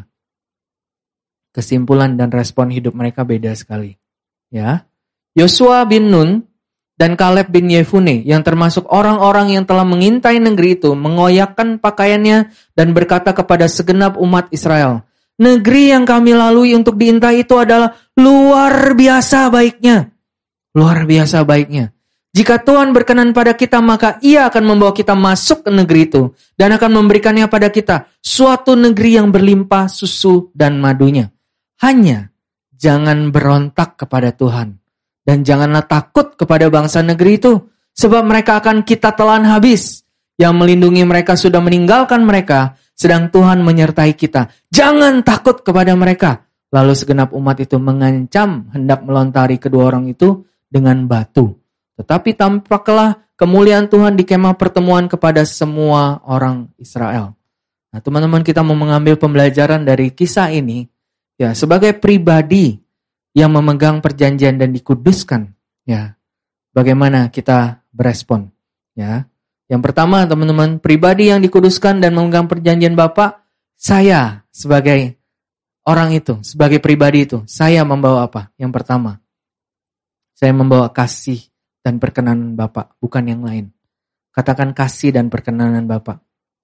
Kesimpulan dan respon hidup mereka beda sekali. Ya, Yosua bin Nun dan Kaleb bin Yefune yang termasuk orang-orang yang telah mengintai negeri itu mengoyakkan pakaiannya dan berkata kepada segenap umat Israel, negeri yang kami lalui untuk diintai itu adalah luar biasa baiknya. Luar biasa baiknya. Jika Tuhan berkenan pada kita, maka Ia akan membawa kita masuk ke negeri itu dan akan memberikannya pada kita, suatu negeri yang berlimpah susu dan madunya. Hanya jangan berontak kepada Tuhan dan janganlah takut kepada bangsa negeri itu, sebab mereka akan kita telan habis. Yang melindungi mereka sudah meninggalkan mereka, sedang Tuhan menyertai kita. Jangan takut kepada mereka. Lalu segenap umat itu mengancam hendak melontari kedua orang itu dengan batu. Tetapi tampaklah kemuliaan Tuhan di kemah pertemuan kepada semua orang Israel. Nah, teman-teman, kita mau mengambil pembelajaran dari kisah ini, ya, sebagai pribadi yang memegang perjanjian dan dikuduskan, ya, bagaimana kita berespon, ya. Yang pertama, teman-teman, pribadi yang dikuduskan dan memegang perjanjian Bapa, saya sebagai orang itu, sebagai pribadi itu, saya membawa apa? Yang pertama, saya membawa kasih dan perkenanan Bapa, bukan yang lain. Katakan kasih dan perkenanan Bapa.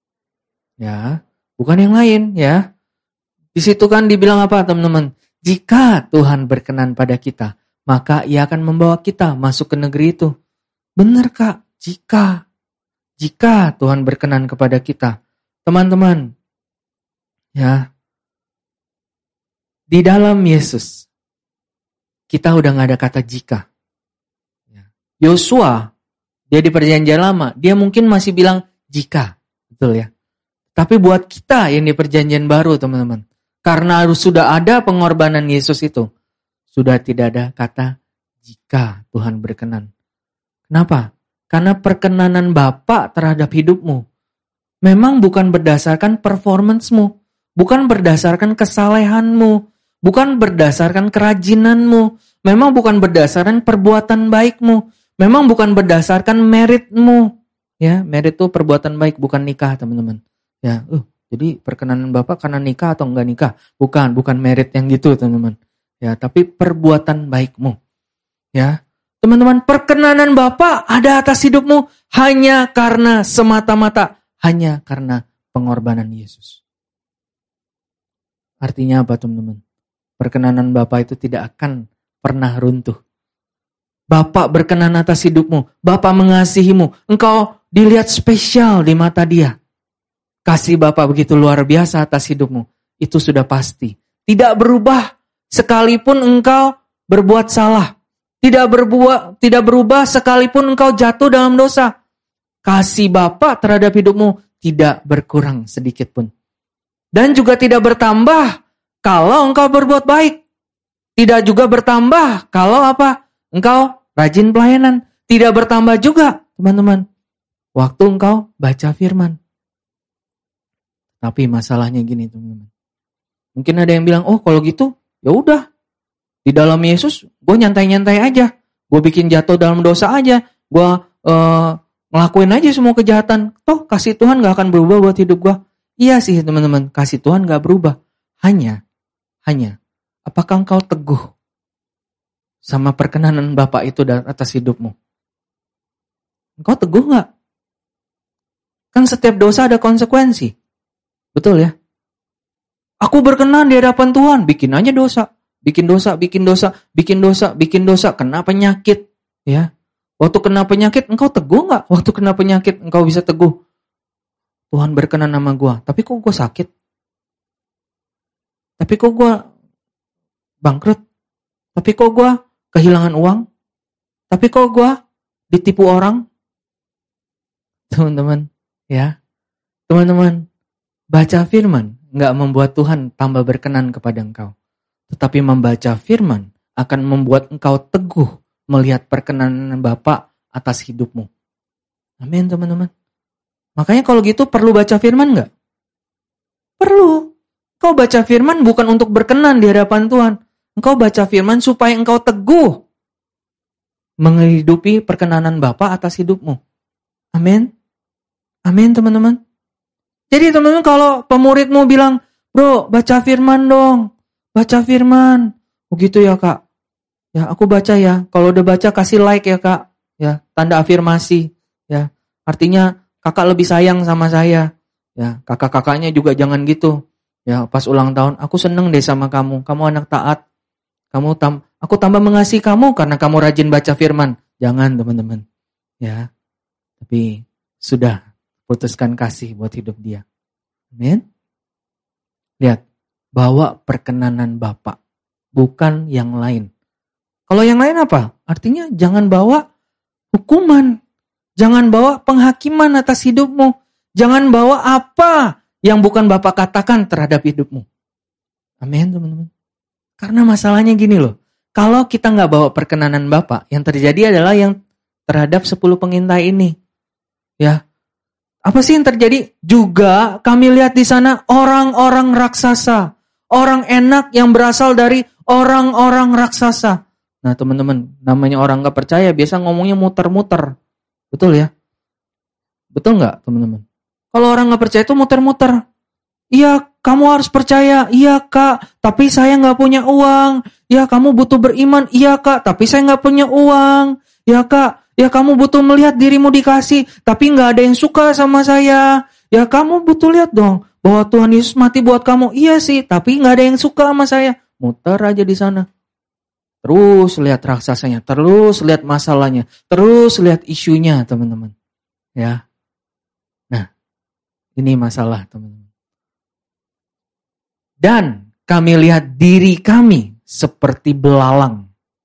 Ya, bukan yang lain, ya. Di situ kan dibilang apa, teman-teman? Jika Tuhan berkenan pada kita, maka Ia akan membawa kita masuk ke negeri itu. Benar, Kak? Jika Tuhan berkenan kepada kita. Teman-teman, ya. Di dalam Yesus, kita udah gak ada kata jika. Yosua, dia di perjanjian lama, dia mungkin masih bilang jika. Betul ya. Tapi buat kita yang di perjanjian baru teman-teman, karena sudah ada pengorbanan Yesus itu, sudah tidak ada kata jika Tuhan berkenan. Kenapa? Karena perkenanan Bapa terhadap hidupmu memang bukan berdasarkan performance-mu, bukan berdasarkan kesalehanmu, bukan berdasarkan kerajinanmu, memang bukan berdasarkan perbuatan baikmu, memang bukan berdasarkan meritmu. Ya, merit itu perbuatan baik, bukan nikah, teman-teman. Ya, jadi perkenanan Bapa karena nikah atau enggak nikah? Bukan merit yang gitu, teman-teman. Ya, tapi perbuatan baikmu. Ya, teman-teman, perkenanan Bapa ada atas hidupmu hanya karena semata-mata hanya karena pengorbanan Yesus. Artinya apa, teman-teman? Perkenanan Bapa itu tidak akan pernah runtuh. Bapa berkenan atas hidupmu, Bapa mengasihimu, engkau dilihat spesial di mata Dia. Kasih Bapa begitu luar biasa atas hidupmu, itu sudah pasti. Tidak berubah sekalipun engkau berbuat salah. Tidak berubah sekalipun engkau jatuh dalam dosa. Kasih Bapa terhadap hidupmu tidak berkurang sedikit pun. Dan juga tidak bertambah kalau engkau berbuat baik. Tidak juga bertambah kalau apa? Engkau rajin pelayanan. Tidak bertambah juga, teman-teman, waktu engkau baca firman. Tapi masalahnya gini, teman-teman. Mungkin ada yang bilang, oh kalau gitu, ya udah. Di dalam Yesus, gue nyantai-nyantai aja. Gue bikin jatuh dalam dosa aja. Gue ngelakuin aja semua kejahatan. Toh kasih Tuhan gak akan berubah buat hidup gue. Iya sih teman-teman, kasih Tuhan gak berubah. Hanya, apakah engkau teguh sama perkenanan Bapa itu atas hidupmu? Engkau teguh gak? Kan setiap dosa ada konsekuensi. Betul ya? Aku berkenan di hadapan Tuhan, bikin aja dosa. Bikin dosa, kena penyakit. Ya, waktu kena penyakit, engkau teguh gak? Waktu kena penyakit, engkau bisa teguh. Tuhan berkenan sama gue, tapi kok gue sakit? Tapi kok gue bangkrut? Tapi kok gue kehilangan uang? Tapi kok gue ditipu orang? Teman-teman, ya. Teman-teman, baca firman gak membuat Tuhan tambah berkenan kepada engkau. Tetapi membaca firman akan membuat engkau teguh melihat perkenanan Bapa atas hidupmu. Amin, teman-teman. Makanya kalau gitu perlu baca firman gak? Perlu. Kau baca firman bukan untuk berkenan di hadapan Tuhan. Engkau baca firman supaya engkau teguh menghidupi perkenanan Bapa atas hidupmu. Amin. Amin, teman-teman. Jadi teman-teman, kalau pemuridmu bilang, bro, baca firman dong. Baca firman. Oh gitu ya kak. Ya aku baca ya. Kalau udah baca kasih like ya kak. Ya, tanda afirmasi. Ya, artinya kakak lebih sayang sama saya. Ya, kakak-kakaknya juga jangan gitu. Ya, pas ulang tahun, aku seneng deh sama kamu. Kamu anak taat. Aku tambah mengasihi kamu karena kamu rajin baca firman. Jangan teman-teman. Ya, tapi sudah putuskan kasih buat hidup dia. Amin. Lihat, bawa perkenanan Bapa, bukan yang lain. Kalau yang lain apa? Artinya jangan bawa hukuman. Jangan bawa penghakiman atas hidupmu. Jangan bawa apa yang bukan Bapa katakan terhadap hidupmu. Amin, teman-teman. Karena masalahnya gini loh. Kalau kita gak bawa perkenanan Bapa, yang terjadi adalah yang terhadap 10 pengintai ini. Ya, apa sih yang terjadi? Juga kami lihat di sana orang-orang raksasa. Orang enak yang berasal dari orang-orang raksasa. Nah teman-teman, namanya orang gak percaya biasa ngomongnya muter-muter. Betul ya? Betul gak teman-teman? Kalau orang gak percaya itu muter-muter. Iya, kamu harus percaya. Iya kak, tapi saya gak punya uang. Ya kamu butuh beriman. Iya kak, tapi saya gak punya uang. Ya kak, ya kamu butuh melihat dirimu dikasih. Tapi gak ada yang suka sama saya. Ya kamu butuh lihat dong bahwa Tuhan Yesus mati buat kamu. Iya sih, tapi gak ada yang suka sama saya. Muter aja di sana. Terus lihat raksasanya, terus lihat masalahnya, terus lihat isunya, teman-teman. Ya. Nah, ini masalah, teman-teman. Dan kami lihat diri kami seperti belalang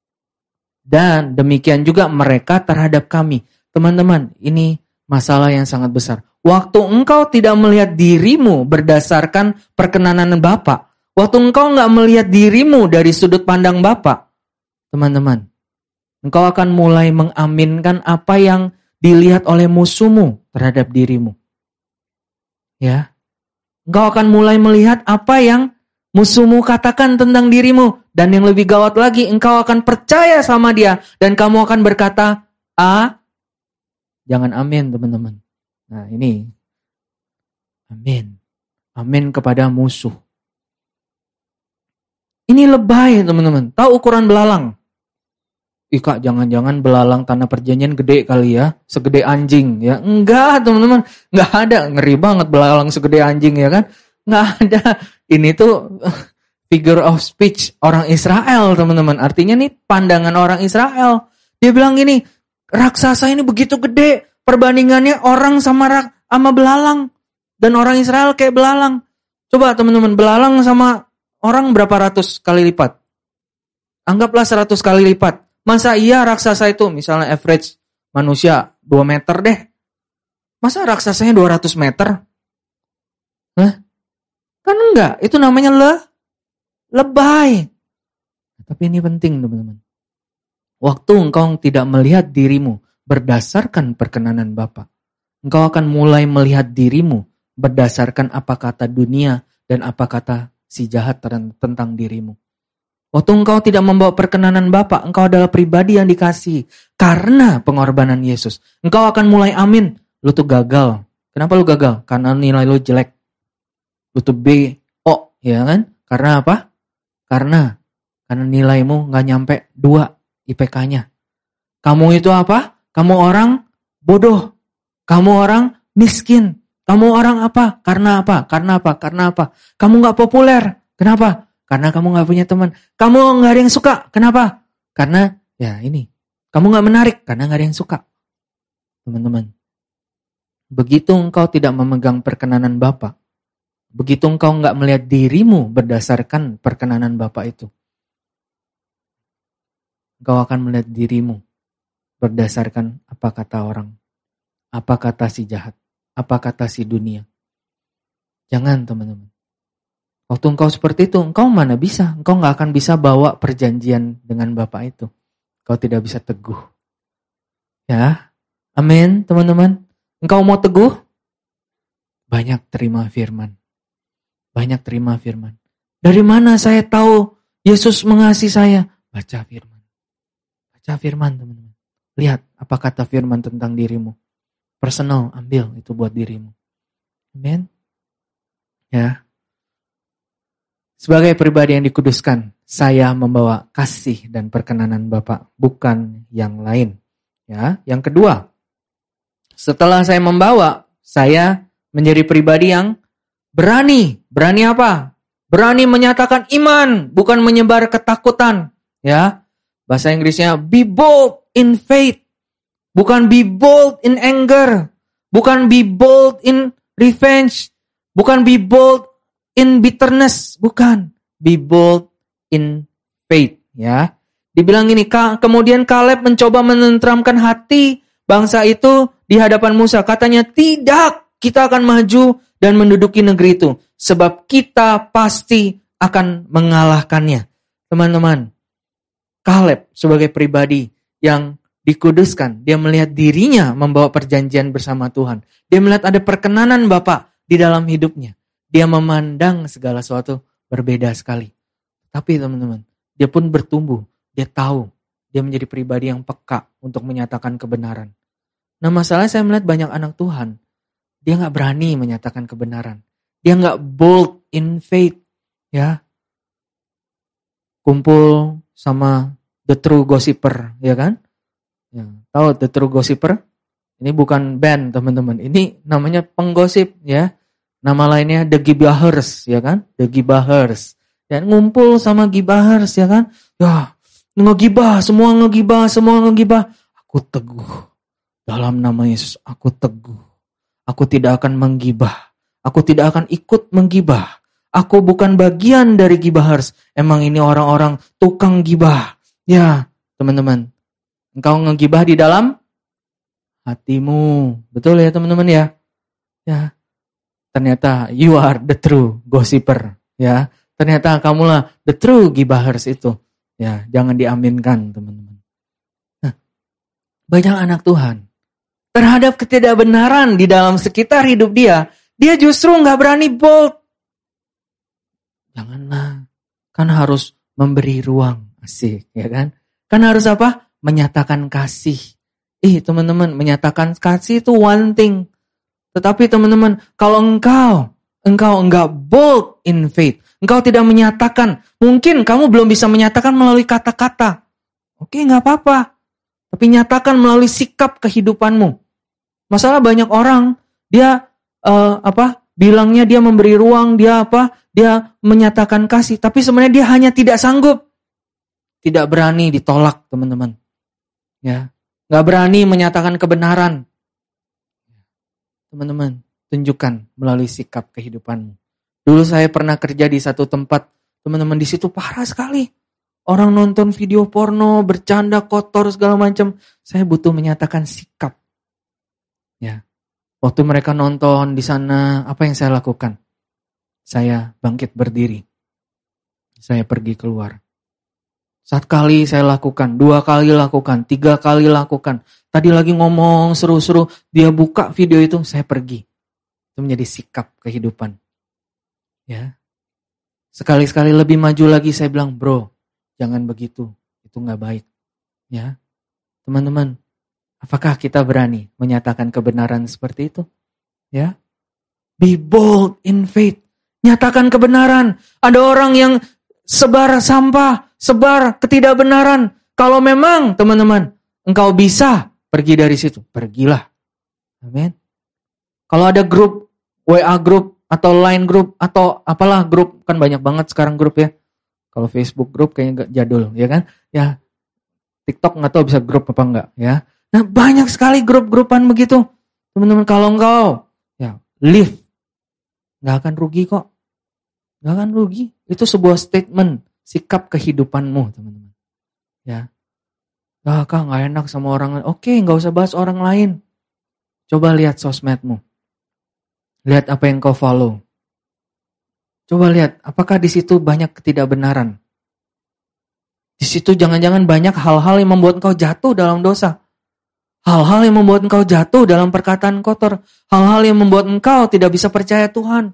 Dan demikian juga mereka terhadap kami. Teman-teman, ini masalah yang sangat besar. Waktu engkau tidak melihat dirimu berdasarkan perkenanan Bapa, waktu engkau nggak melihat dirimu dari sudut pandang Bapa, teman-teman, engkau akan mulai mengaminkan apa yang dilihat oleh musuhmu terhadap dirimu. Ya, engkau akan mulai melihat apa yang musuhmu katakan tentang dirimu. Dan yang lebih gawat lagi, engkau akan percaya sama dia. Dan kamu akan berkata, jangan amin teman-teman. Nah ini, amin. Amin kepada musuh. Ini lebay teman-teman. Tahu ukuran belalang? Kak, jangan-jangan belalang tanah perjanjian gede kali ya. Segede anjing ya. Enggak teman-teman. Enggak ada. Ngeri banget belalang segede anjing ya kan. Enggak ada. Ini tuh figure of speech orang Israel teman-teman. Artinya nih pandangan orang Israel. Dia bilang gini, raksasa ini begitu gede. Perbandingannya orang sama belalang. Dan orang Israel kayak belalang. Coba teman-teman, belalang sama orang berapa ratus kali lipat? Anggaplah 100 kali lipat. Masa iya raksasa itu, misalnya average manusia 2 meter deh. Masa raksasanya 200 meter? Hah? Kan enggak, itu namanya lebay. Tapi ini penting teman-teman. Waktu engkau tidak melihat dirimu berdasarkan perkenanan Bapa, engkau akan mulai melihat dirimu berdasarkan apa kata dunia dan apa kata si jahat tentang dirimu. Waktu engkau tidak membawa perkenanan Bapa, engkau adalah pribadi yang dikasihi karena pengorbanan Yesus. Engkau akan mulai amin. Lu tuh gagal. Kenapa lu gagal? Karena nilai lu jelek. Lu tuh BO, ya kan? Karena apa? Karena nilaimu gak nyampe 2 IPK-nya. Kamu itu apa? Kamu orang bodoh. Kamu orang miskin. Kamu orang apa? Karena apa? Karena apa? Karena apa? Kamu gak populer. Kenapa? Karena kamu gak punya teman. Kamu gak ada yang suka. Kenapa? Karena ya ini. Kamu gak menarik. Karena gak ada yang suka. Teman-teman. Begitu engkau tidak memegang perkenanan Bapa, begitu engkau gak melihat dirimu berdasarkan perkenanan Bapa itu, engkau akan melihat dirimu berdasarkan apa kata orang. Apa kata si jahat. Apa kata si dunia. Jangan teman-teman. Waktu engkau seperti itu, engkau mana bisa? Engkau gak akan bisa bawa perjanjian dengan Bapa itu. Engkau tidak bisa teguh. Ya, amin teman-teman. Engkau mau teguh? Banyak terima firman. Banyak terima firman. Dari mana saya tahu Yesus mengasihi saya? Baca firman. Baca firman teman-teman. Lihat apa kata firman tentang dirimu. Personal, ambil itu buat dirimu. Amin. Ya. Sebagai pribadi yang dikuduskan, saya membawa kasih dan perkenanan Bapa, bukan yang lain. Ya, yang kedua, setelah saya membawa, saya menjadi pribadi yang berani. Berani apa? Berani menyatakan iman, bukan menyebar ketakutan. Ya, bahasa Inggrisnya be bold in faith, bukan be bold in anger, bukan be bold in revenge, bukan be bold in bitterness, bukan. Be bold in faith, ya. Dibilang gini, kemudian Kaleb mencoba menenteramkan hati bangsa itu di hadapan Musa. Katanya, tidak, kita akan maju dan menduduki negeri itu. Sebab kita pasti akan mengalahkannya. Teman-teman, Kaleb sebagai pribadi yang dikuduskan, dia melihat dirinya membawa perjanjian bersama Tuhan. Dia melihat ada perkenanan Bapa di dalam hidupnya. Dia memandang segala sesuatu berbeda sekali. Tapi teman-teman, dia pun bertumbuh. Dia tahu, dia menjadi pribadi yang peka untuk menyatakan kebenaran. Nah masalahnya saya melihat banyak anak Tuhan, dia gak berani menyatakan kebenaran. Dia gak bold in faith. Ya, kumpul sama The True Gossiper, ya kan? Ya, tahu The True Gossiper? Ini bukan band teman-teman, ini namanya penggosip ya. Nama lainnya The Gibahers, ya kan? The Gibahers. Dan ngumpul sama Gibahers, ya kan? Ya, ngegibah, semua ngegibah. Aku teguh. Dalam nama Yesus, aku teguh. Aku tidak akan menggibah. Aku tidak akan ikut menggibah. Aku bukan bagian dari Gibahers. Emang ini orang-orang tukang gibah. Ya, teman-teman. Engkau ngegibah di dalam hatimu. Betul ya teman-teman ya? Ya. Ternyata you are the true gossiper. Ya. Ternyata kamulah the true gibahers itu. Ya, jangan diaminkan teman-teman. Nah, banyak anak Tuhan terhadap ketidakbenaran di dalam sekitar hidup dia justru gak berani bold. Janganlah. Kan harus memberi ruang. Asik, ya kan? Kan harus apa? Menyatakan kasih. Teman-teman, menyatakan kasih itu one thing. Tetapi teman-teman, kalau engkau enggak bold in faith, engkau tidak menyatakan, mungkin kamu belum bisa menyatakan melalui kata-kata. Oke, enggak apa-apa. Tapi nyatakan melalui sikap kehidupanmu. Masalah banyak orang, dia bilangnya dia memberi ruang, dia menyatakan kasih, tapi sebenarnya dia hanya tidak sanggup. Tidak berani ditolak, teman-teman. Ya, enggak berani menyatakan kebenaran. Teman-teman, tunjukkan melalui sikap kehidupanmu. Dulu saya pernah kerja di satu tempat, teman-teman, di situ parah sekali. Orang nonton video porno, bercanda kotor segala macam. Saya butuh menyatakan sikap. Ya. Waktu mereka nonton di sana, apa yang saya lakukan? Saya bangkit berdiri. Saya pergi keluar. 1 kali saya lakukan, 2 kali lakukan, 3 kali lakukan. Tadi lagi ngomong seru-seru, dia buka video itu, saya pergi. Itu menjadi sikap kehidupan. Ya. Sekali-sekali lebih maju lagi saya bilang, bro, jangan begitu, itu gak baik. Ya. Teman-teman, apakah kita berani menyatakan kebenaran seperti itu? Ya. Be bold in faith. Nyatakan kebenaran. Ada orang yang sebar sampah, sebar ketidakbenaran. Kalau memang teman-teman, engkau bisa pergi dari situ, pergilah. Amin. Kalau ada grup, WA grup, atau Line grup, atau apalah grup, kan banyak banget sekarang grup ya. Kalau Facebook grup kayaknya jadul, ya kan? Ya, TikTok nggak tahu bisa grup apa enggak, ya. Nah, banyak sekali grup-grupan begitu. Teman-teman, kalau engkau, ya, leave. Nggak akan rugi kok. Nggak akan rugi. Itu sebuah statement, sikap kehidupanmu, teman-teman. Ya. Kak, nggak enak sama orang lain. Oke, nggak usah bahas orang lain. Coba lihat sosmedmu. Lihat apa yang kau follow. Coba lihat, apakah di situ banyak ketidakbenaran. Di situ jangan-jangan banyak hal-hal yang membuat engkau jatuh dalam dosa. Hal-hal yang membuat engkau jatuh dalam perkataan kotor. Hal-hal yang membuat engkau tidak bisa percaya Tuhan.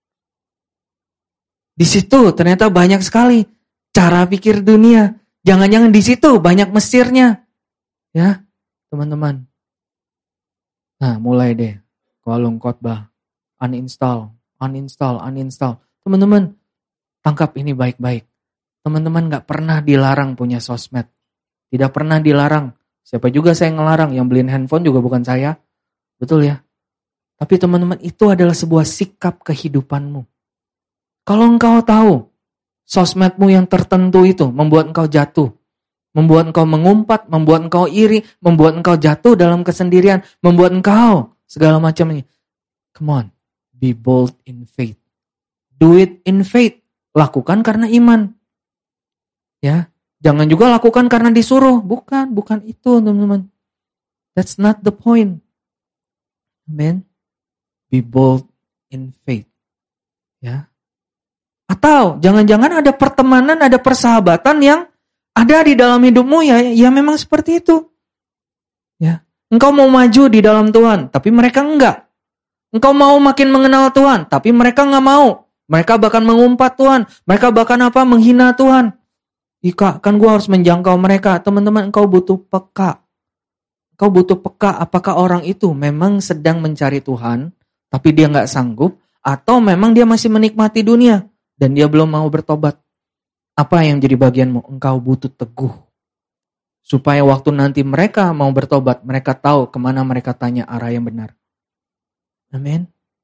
Di situ ternyata banyak sekali cara pikir dunia. Jangan-jangan di situ banyak mesirnya. Ya, teman-teman. Nah, mulai deh. Kolong khotbah. Uninstall. Teman-teman, tangkap ini baik-baik. Teman-teman gak pernah dilarang punya sosmed. Tidak pernah dilarang. Siapa juga saya ngelarang. Yang beliin handphone juga bukan saya. Betul ya? Tapi teman-teman, itu adalah sebuah sikap kehidupanmu. Kalau engkau tahu, sosmedmu yang tertentu itu membuat engkau jatuh. Membuat engkau mengumpat, membuat engkau iri, membuat engkau jatuh dalam kesendirian, membuat engkau segala macam ini. Come on, be bold in faith. Do it in faith. Lakukan karena iman. Ya, jangan juga lakukan karena disuruh. Bukan itu, teman-teman. That's not the point. Amen. Be bold in faith. Ya. Atau jangan-jangan ada pertemanan, ada persahabatan yang ada di dalam hidupmu ya memang seperti itu. Ya, engkau mau maju di dalam Tuhan, tapi mereka enggak. Engkau mau makin mengenal Tuhan, tapi mereka enggak mau. Mereka bahkan mengumpat Tuhan, mereka bahkan menghina Tuhan. Ika, kan gue harus menjangkau mereka. Teman-teman, engkau butuh peka. Engkau butuh peka apakah orang itu memang sedang mencari Tuhan, tapi dia enggak sanggup, atau memang dia masih menikmati dunia. Dan dia belum mau bertobat. Apa yang jadi bagianmu? Engkau butuh teguh. Supaya waktu nanti mereka mau bertobat, mereka tahu kemana mereka tanya arah yang benar. Amin.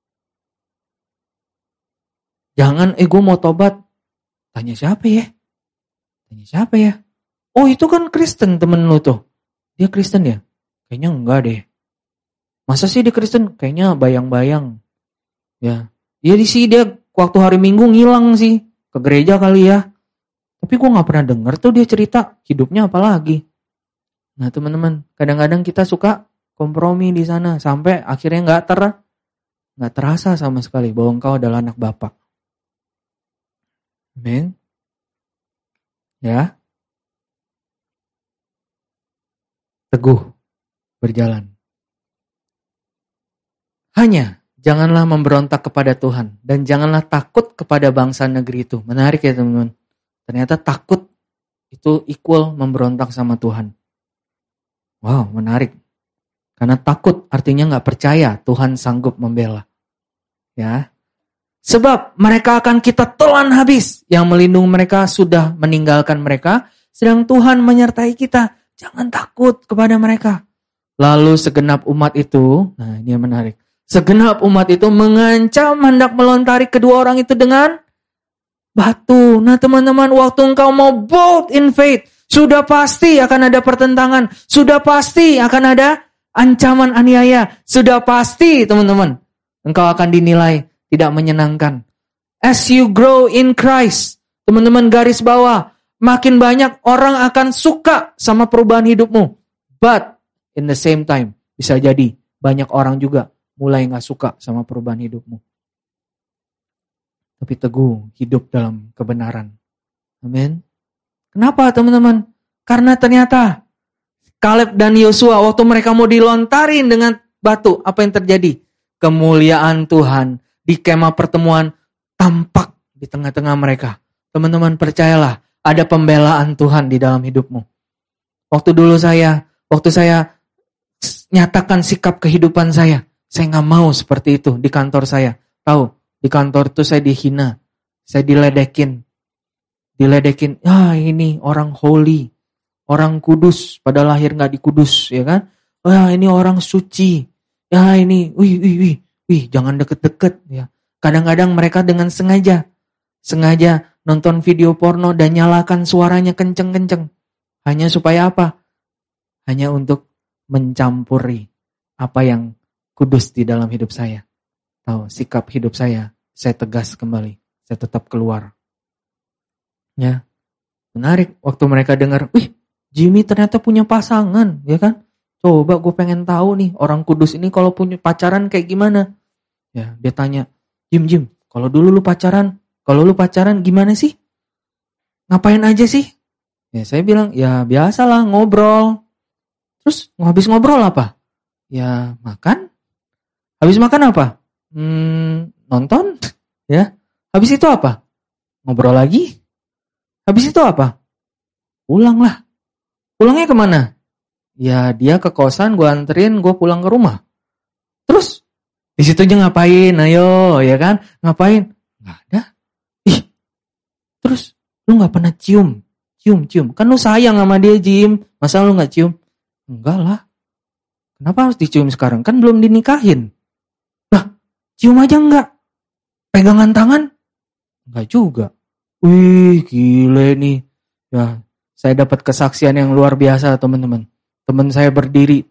Jangan, gue mau tobat. Tanya siapa ya? Oh, itu kan Kristen temen lu tuh. Dia Kristen ya? Kayaknya enggak deh. Masa sih dia Kristen? Kayaknya bayang-bayang. Ya. Dia waktu hari Minggu ngilang sih. Ke gereja kali ya. Tapi gue gak pernah denger tuh dia cerita hidupnya apa lagi. Nah teman-teman, kadang-kadang kita suka kompromi di sana sampai akhirnya nggak terasa sama sekali bahwa engkau adalah anak Bapa. Amin. Ya. Teguh berjalan. Hanya janganlah memberontak kepada Tuhan dan janganlah takut kepada bangsa negeri itu. Menarik ya teman-teman. Ternyata takut itu equal memberontak sama Tuhan. Wow, menarik. Karena takut artinya nggak percaya Tuhan sanggup membela. Ya. Sebab mereka akan kita telan habis. Yang melindungi mereka sudah meninggalkan mereka. Sedang Tuhan menyertai kita. Jangan takut kepada mereka. Lalu segenap umat itu, nah ini yang menarik. Segenap umat itu mengancam hendak melontari kedua orang itu dengan batu. Nah teman-teman, waktu engkau mau bold in faith, sudah pasti akan ada pertentangan. Sudah pasti akan ada ancaman aniaya. Sudah pasti teman-teman, engkau akan dinilai tidak menyenangkan. As you grow in Christ, teman-teman garis bawah, makin banyak orang akan suka sama perubahan hidupmu. But in the same time, bisa jadi banyak orang juga mulai gak suka sama perubahan hidupmu. Tapi teguh hidup dalam kebenaran. Amin. Kenapa teman-teman? Karena ternyata Kaleb dan Yosua waktu mereka mau dilontarin dengan batu, apa yang terjadi? Kemuliaan Tuhan di kemah pertemuan tampak di tengah-tengah mereka. Teman-teman percayalah, ada pembelaan Tuhan di dalam hidupmu. Waktu saya nyatakan sikap kehidupan saya gak mau seperti itu di kantor saya. Tahu, di kantor itu saya dihina, saya diledekin, ini orang holy, orang kudus, pada lahir gak di kudus, ya kan? Ini orang suci, ini, jangan deket-deket, ya. Kadang-kadang mereka dengan sengaja nonton video porno dan nyalakan suaranya kenceng-kenceng. Hanya supaya apa? Hanya untuk mencampuri apa yang kudus di dalam hidup saya. Tahu, sikap hidup saya tegas kembali. Saya tetap keluar. Ya, menarik. Waktu mereka dengar, Jimmy ternyata punya pasangan, ya kan? Coba gue pengen tahu nih, orang kudus ini kalau punya pacaran kayak gimana? Ya, dia tanya, Jim, kalau lu pacaran gimana sih? Ngapain aja sih? Ya, saya bilang, ya biasalah ngobrol. Terus habis ngobrol apa? Ya makan. Habis makan apa? Nonton. Ya. Habis itu apa? Ngobrol lagi. Habis itu apa? Pulang lah. Pulangnya kemana? Ya dia ke kosan, gue anterin, gue pulang ke rumah. Terus di situ aja ngapain? Ayo, ya kan? Ngapain? Nggak ada. Terus lu nggak pernah cium. Kan lu sayang sama dia, Jim. Masa lu nggak cium? Enggak lah. Kenapa harus dicium sekarang? Kan belum dinikahin. Lah, cium aja enggak? Pegangan tangan? Enggak juga. Wih, gile nih. Ya, saya dapat kesaksian yang luar biasa, teman-teman. Teman saya berdiri.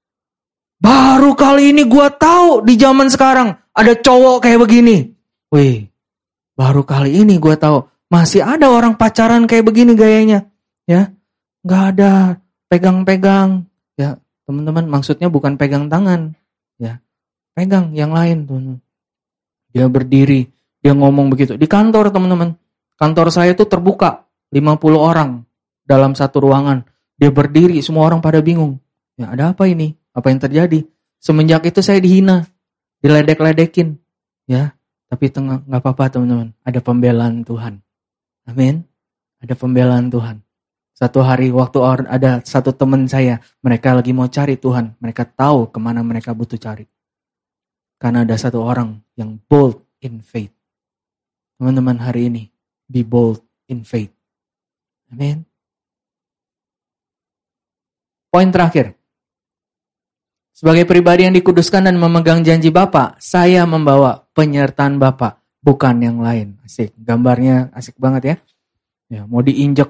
Baru kali ini gua tahu di zaman sekarang ada cowok kayak begini. Wih, baru kali ini gua tahu masih ada orang pacaran kayak begini gayanya. Ya, enggak ada pegang-pegang. Ya, teman-teman, maksudnya bukan pegang tangan. Ya, pegang yang lain, teman-teman. Dia berdiri, dia ngomong begitu. Di kantor, teman-teman. Kantor saya itu terbuka, 50 orang dalam satu ruangan. Dia berdiri, semua orang pada bingung. Ya, ada apa ini? Apa yang terjadi? Semenjak itu saya dihina, diledek-ledekin. Ya, tapi nggak apa-apa, teman-teman. Ada pembelaan Tuhan. Amin. Ada pembelaan Tuhan. Satu hari waktu ada satu teman saya, mereka lagi mau cari Tuhan. Mereka tahu kemana mereka butuh cari. Karena ada satu orang yang bold in faith. Teman-teman, hari ini, be bold in faith. Amin. Poin terakhir. Sebagai pribadi yang dikuduskan dan memegang janji Bapa, saya membawa penyertaan Bapa, bukan yang lain. Asik, gambarnya asik banget ya. Ya, mau diinjek.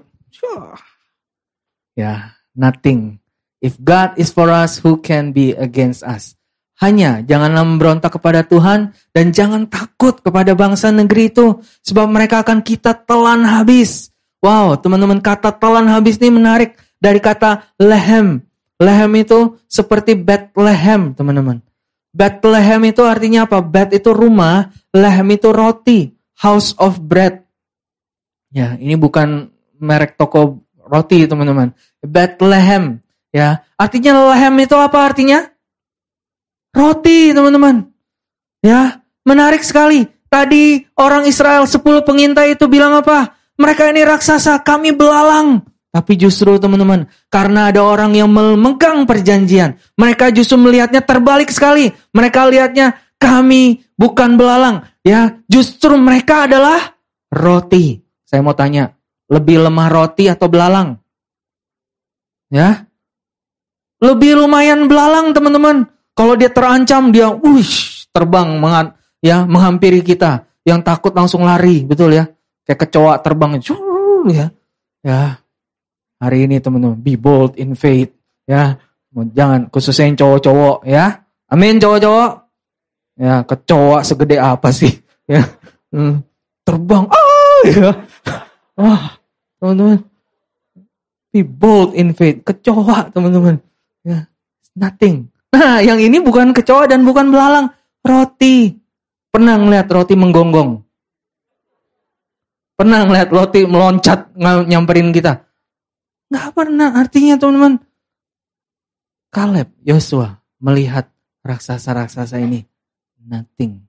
Ya, nothing. If God is for us, who can be against us? Hanya janganlah memberontak kepada Tuhan dan jangan takut kepada bangsa negeri itu, sebab mereka akan kita telan habis. Wow, teman-teman, kata telan habis ini menarik dari kata lehem. Lehem itu seperti Bethlehem, teman-teman. Bethlehem itu artinya apa? Beth itu rumah, lehem itu roti, house of bread. Ya, ini bukan merek toko roti, teman-teman. Bethlehem, ya. Artinya lehem itu apa artinya? Roti, teman-teman. Ya, menarik sekali. Tadi orang Israel 10 pengintai itu bilang apa? Mereka ini raksasa, kami belalang. Tapi justru teman-teman, karena ada orang yang memegang perjanjian, mereka justru melihatnya terbalik sekali. Mereka lihatnya, kami bukan belalang. Ya, justru mereka adalah roti. Saya mau tanya, lebih lemah roti atau belalang? Ya, lebih lumayan belalang, teman-teman. Kalau dia terancam, dia terbang menghampiri kita. Yang takut langsung lari, betul ya? Kayak kecoa terbang, ya. Ya. Hari ini teman-teman, be bold in faith, ya. Jangan khususnya yang cowok-cowok, ya. Amin cowok-cowok. Ya, kecoa segede apa sih? Ya. Terbang, ya. Wah, teman-teman. Be bold in faith, kecoa, teman-teman. Ya, nothing. Nah, yang ini bukan kecoa dan bukan belalang, roti. Pernah ngeliat roti menggonggong? Pernah ngeliat roti meloncat nyamperin kita? Nggak pernah. Artinya teman-teman, Kaleb, Yosua melihat raksasa-raksasa ini. Nothing.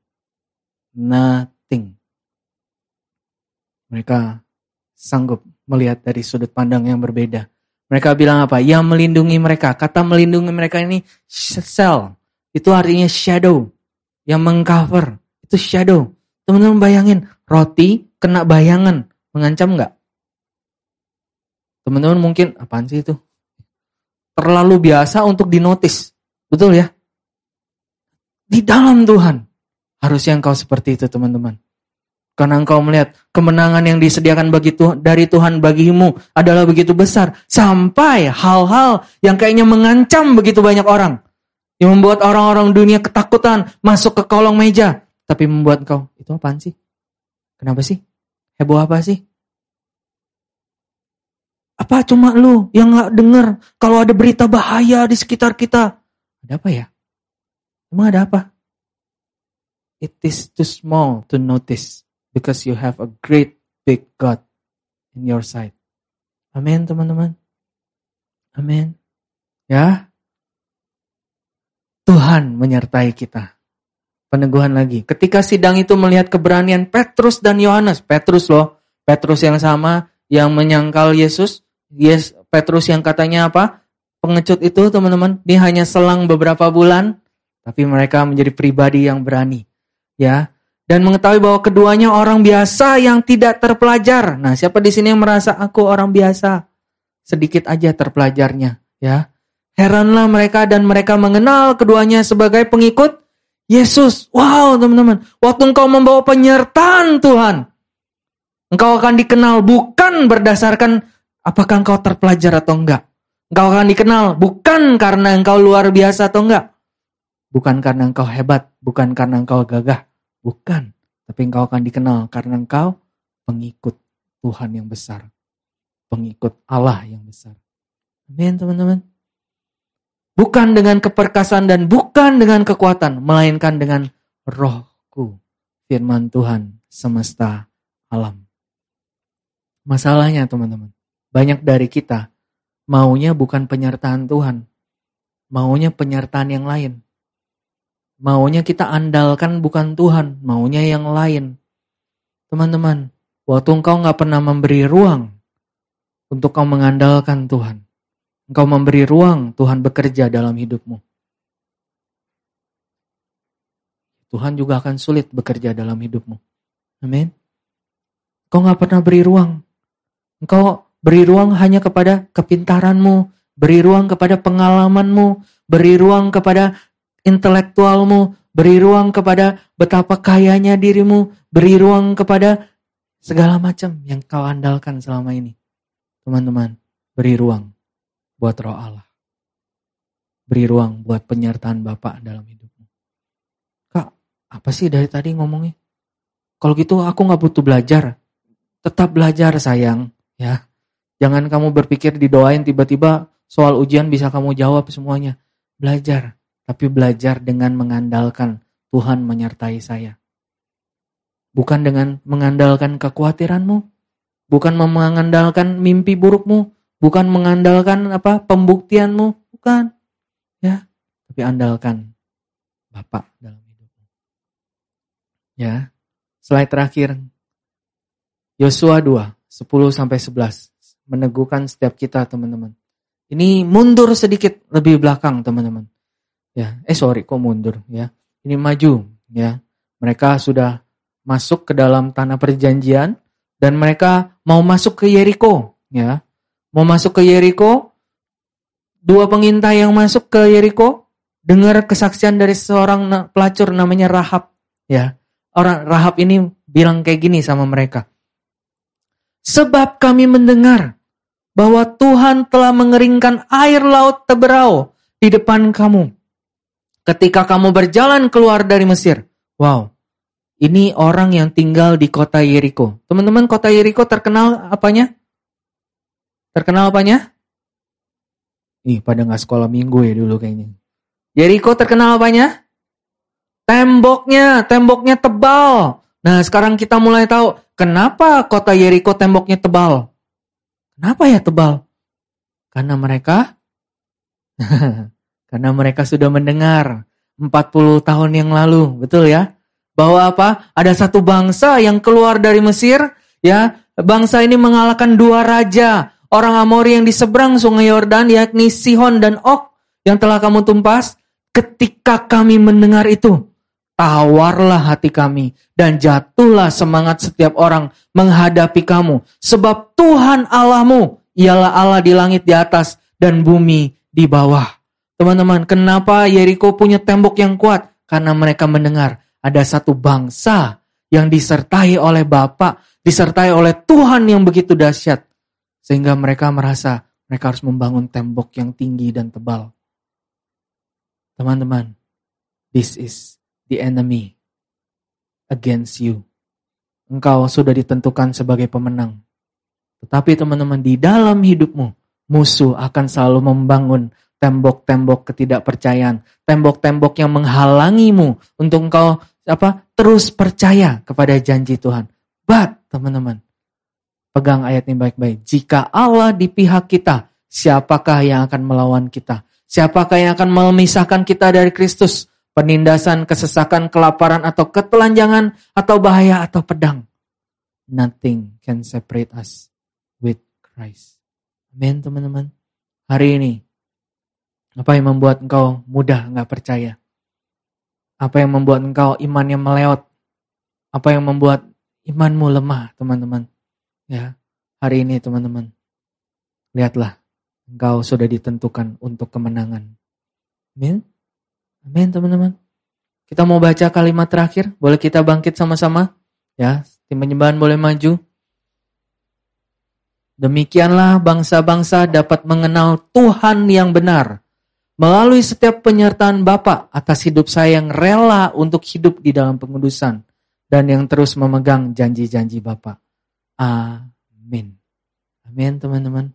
Mereka sanggup melihat dari sudut pandang yang berbeda. Mereka bilang apa? Yang melindungi mereka. Kata melindungi mereka ini shell. Itu artinya shadow. Yang mengcover. Itu shadow. Teman-teman bayangin. Roti kena bayangan. Mengancam nggak? Teman-teman mungkin, apaan sih itu? Terlalu biasa untuk dinotis. Betul ya? Di dalam Tuhan. Harusnya engkau seperti itu teman-teman. Karena engkau melihat kemenangan yang disediakan dari Tuhan bagimu adalah begitu besar. Sampai hal-hal yang kayaknya mengancam begitu banyak orang. Yang membuat orang-orang dunia ketakutan masuk ke kolong meja. Tapi membuat engkau, itu apaan sih? Kenapa sih? Heboh apa sih? Apa cuma lu yang gak denger kalau ada berita bahaya di sekitar kita? Ada apa ya? Emang ada apa? It is too small to notice because you have a great big God in your side. Amin teman-teman. Amin. Ya. Tuhan menyertai kita. Peneguhan lagi. Ketika sidang itu melihat keberanian Petrus dan Yohanes. Petrus loh. Petrus yang sama yang menyangkal Yesus. Petrus yang katanya apa? Pengecut itu teman-teman, dia hanya selang beberapa bulan, tapi mereka menjadi pribadi yang berani, ya. Dan mengetahui bahwa keduanya orang biasa yang tidak terpelajar. Nah, siapa di sini yang merasa aku orang biasa? Sedikit aja terpelajarnya, ya. Heranlah mereka dan mereka mengenal keduanya sebagai pengikut Yesus. Wow, teman-teman. Waktu engkau membawa penyertaan Tuhan, engkau akan dikenal bukan berdasarkan apakah engkau terpelajar atau enggak. Engkau akan dikenal bukan karena engkau luar biasa atau enggak. Bukan karena engkau hebat, bukan karena engkau gagah. Bukan. Tapi engkau akan dikenal karena engkau pengikut Tuhan yang besar. Pengikut Allah yang besar. Amin teman-teman. Bukan dengan keperkasaan dan bukan dengan kekuatan. Melainkan dengan rohku. Firman Tuhan semesta alam. Masalahnya teman-teman. Banyak dari kita maunya bukan penyertaan Tuhan. Maunya penyertaan yang lain. Maunya kita andalkan bukan Tuhan. Maunya yang lain. Teman-teman, waktu engkau gak pernah memberi ruang untuk kau mengandalkan Tuhan. Engkau memberi ruang Tuhan bekerja dalam hidupmu. Tuhan juga akan sulit bekerja dalam hidupmu. Amin. Engkau gak pernah beri ruang. Engkau beri ruang hanya kepada kepintaranmu, beri ruang kepada pengalamanmu, beri ruang kepada intelektualmu, beri ruang kepada betapa kayanya dirimu, beri ruang kepada segala macam yang kau andalkan selama ini. Teman-teman, beri ruang buat Roh Allah. Beri ruang buat penyertaan Bapa dalam hidupmu. Kak, apa sih dari tadi ngomongnya? Kalau gitu aku gak butuh belajar. Tetap belajar sayang, ya. Jangan kamu berpikir didoain tiba-tiba soal ujian bisa kamu jawab semuanya. Belajar, tapi belajar dengan mengandalkan Tuhan menyertai saya. Bukan dengan mengandalkan kekhawatiranmu, bukan mengandalkan mimpi burukmu, bukan mengandalkan pembuktianmu, bukan. Ya, tapi andalkan Bapa dalam hidupmu. Ya. Slide terakhir. Yosua 2, 10-11 meneguhkan setiap kita, teman-teman. Ini mundur sedikit lebih belakang, teman-teman. Ya, kok mundur ya. Ini maju ya. Mereka sudah masuk ke dalam tanah perjanjian dan mereka mau masuk ke Yeriko ya. Mau masuk ke Yeriko, dua pengintai yang masuk ke Yeriko dengar kesaksian dari seorang pelacur namanya Rahab ya. Orang Rahab ini bilang kayak gini sama mereka. Sebab kami mendengar bahwa Tuhan telah mengeringkan air laut Teberau di depan kamu ketika kamu berjalan keluar dari Mesir. Wow. Ini orang yang tinggal di kota Yeriko. Teman-teman, kota Yeriko terkenal apanya? Terkenal apanya? Pada gak sekolah minggu ya dulu kayaknya. Yeriko terkenal apanya? Temboknya tebal. Nah, sekarang kita mulai tahu kenapa kota Yeriko temboknya tebal. Kenapa ya tebal? Karena mereka sudah mendengar 40 tahun yang lalu, betul ya? Bahwa ada satu bangsa yang keluar dari Mesir, ya. Bangsa ini mengalahkan dua raja, orang Amori yang di seberang sungai Yordan, yakni Sihon dan Og, yang telah kamu tumpas. Ketika kami mendengar itu, tawarlah hati kami dan jatuhlah semangat setiap orang menghadapi kamu. Sebab Tuhan Allahmu ialah Allah di langit di atas dan bumi di bawah. Teman-teman, kenapa Yeriko punya tembok yang kuat? Karena mereka mendengar ada satu bangsa yang disertai oleh Bapa, disertai oleh Tuhan yang begitu dahsyat. Sehingga mereka merasa mereka harus membangun tembok yang tinggi dan tebal. Teman-teman, this is the enemy against you. Engkau sudah ditentukan sebagai pemenang. Tetapi teman-teman, di dalam hidupmu, musuh akan selalu membangun tembok-tembok ketidakpercayaan, tembok-tembok yang menghalangimu untuk engkau terus percaya kepada janji Tuhan. But, teman-teman, pegang ayat ini baik-baik. Jika Allah di pihak kita, siapakah yang akan melawan kita? Siapakah yang akan memisahkan kita dari Kristus? Penindasan, kesesakan, kelaparan, atau ketelanjangan, atau bahaya, atau pedang. Nothing can separate us with Christ. Amin, teman-teman. Hari ini, apa yang membuat engkau mudah gak percaya? Apa yang membuat engkau imannya meleot? Apa yang membuat imanmu lemah, teman-teman? Ya, hari ini, teman-teman, lihatlah, engkau sudah ditentukan untuk kemenangan. Amin. Amin, teman-teman. Kita mau baca kalimat terakhir. Boleh kita bangkit sama-sama? Ya, tim penyembahan boleh maju. Demikianlah bangsa-bangsa dapat mengenal Tuhan yang benar melalui setiap penyertaan Bapa atas hidup saya yang rela untuk hidup di dalam pengudusan dan yang terus memegang janji-janji Bapa. Amin. Amin, teman-teman.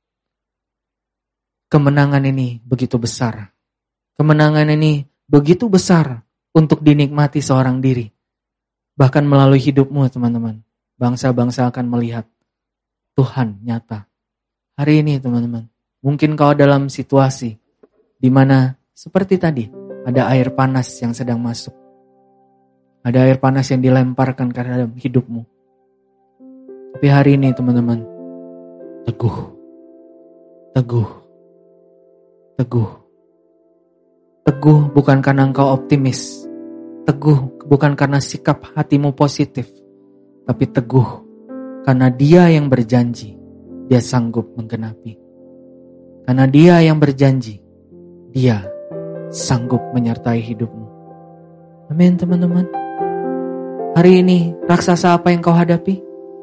Kemenangan ini begitu besar. Kemenangan ini begitu besar untuk dinikmati seorang diri. Bahkan melalui hidupmu, teman-teman. Bangsa-bangsa akan melihat Tuhan nyata. Hari ini, teman-teman, mungkin kau dalam situasi di mana seperti tadi ada air panas yang sedang masuk. Ada air panas yang dilemparkan ke dalam hidupmu. Tapi hari ini, teman-teman, teguh. Teguh. Teguh. Teguh bukan karena engkau optimis. Teguh bukan karena sikap hatimu positif. Tapi teguh karena Dia yang berjanji, Dia sanggup menggenapi. Karena Dia yang berjanji, Dia sanggup menyertai hidupmu. Amin, teman-teman. Hari ini raksasa apa yang kau hadapi?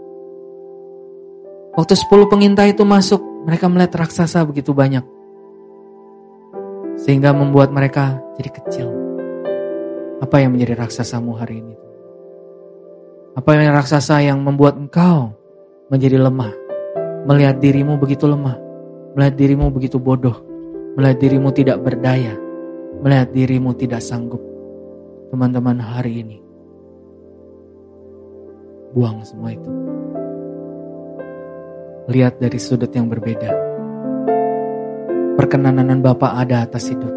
Waktu 10 pengintai itu masuk, mereka melihat raksasa begitu banyak. Sehingga membuat mereka jadi kecil. Apa yang menjadi raksasamu hari ini? Apa yang raksasa yang membuat engkau menjadi lemah? Melihat dirimu begitu lemah. melihat dirimu begitu bodoh, melihat dirimu tidak berdaya, melihat dirimu tidak sanggup. Teman-teman, hari ini buang semua itu. Lihat dari sudut yang berbeda. Perkenanan Bapa ada atas hidupmu.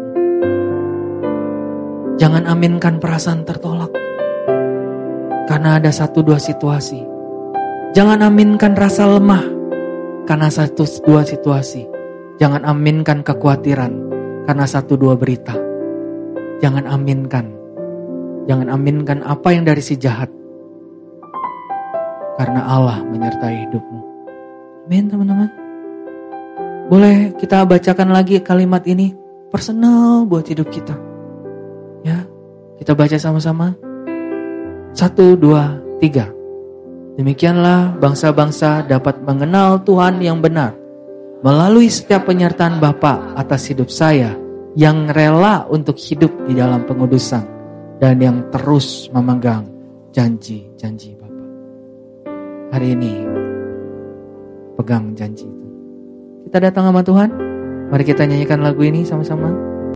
Jangan aminkan perasaan tertolak karena ada 1-2 situasi. Jangan aminkan rasa lemah karena 1-2 situasi. Jangan aminkan kekhawatiran karena 1-2 berita. Jangan aminkan apa yang dari si jahat, karena Allah menyertai hidupmu. Amin, teman-teman. Boleh kita bacakan lagi kalimat ini, personal buat hidup kita. Ya, kita baca sama-sama. 1, 2, 3. Demikianlah bangsa-bangsa dapat mengenal Tuhan yang benar melalui setiap penyertaan Bapa atas hidup saya yang rela untuk hidup di dalam pengudusan dan yang terus memegang janji-janji Bapa. Hari ini pegang janji itu. Kita datang sama Tuhan. Mari kita nyanyikan lagu ini sama-sama.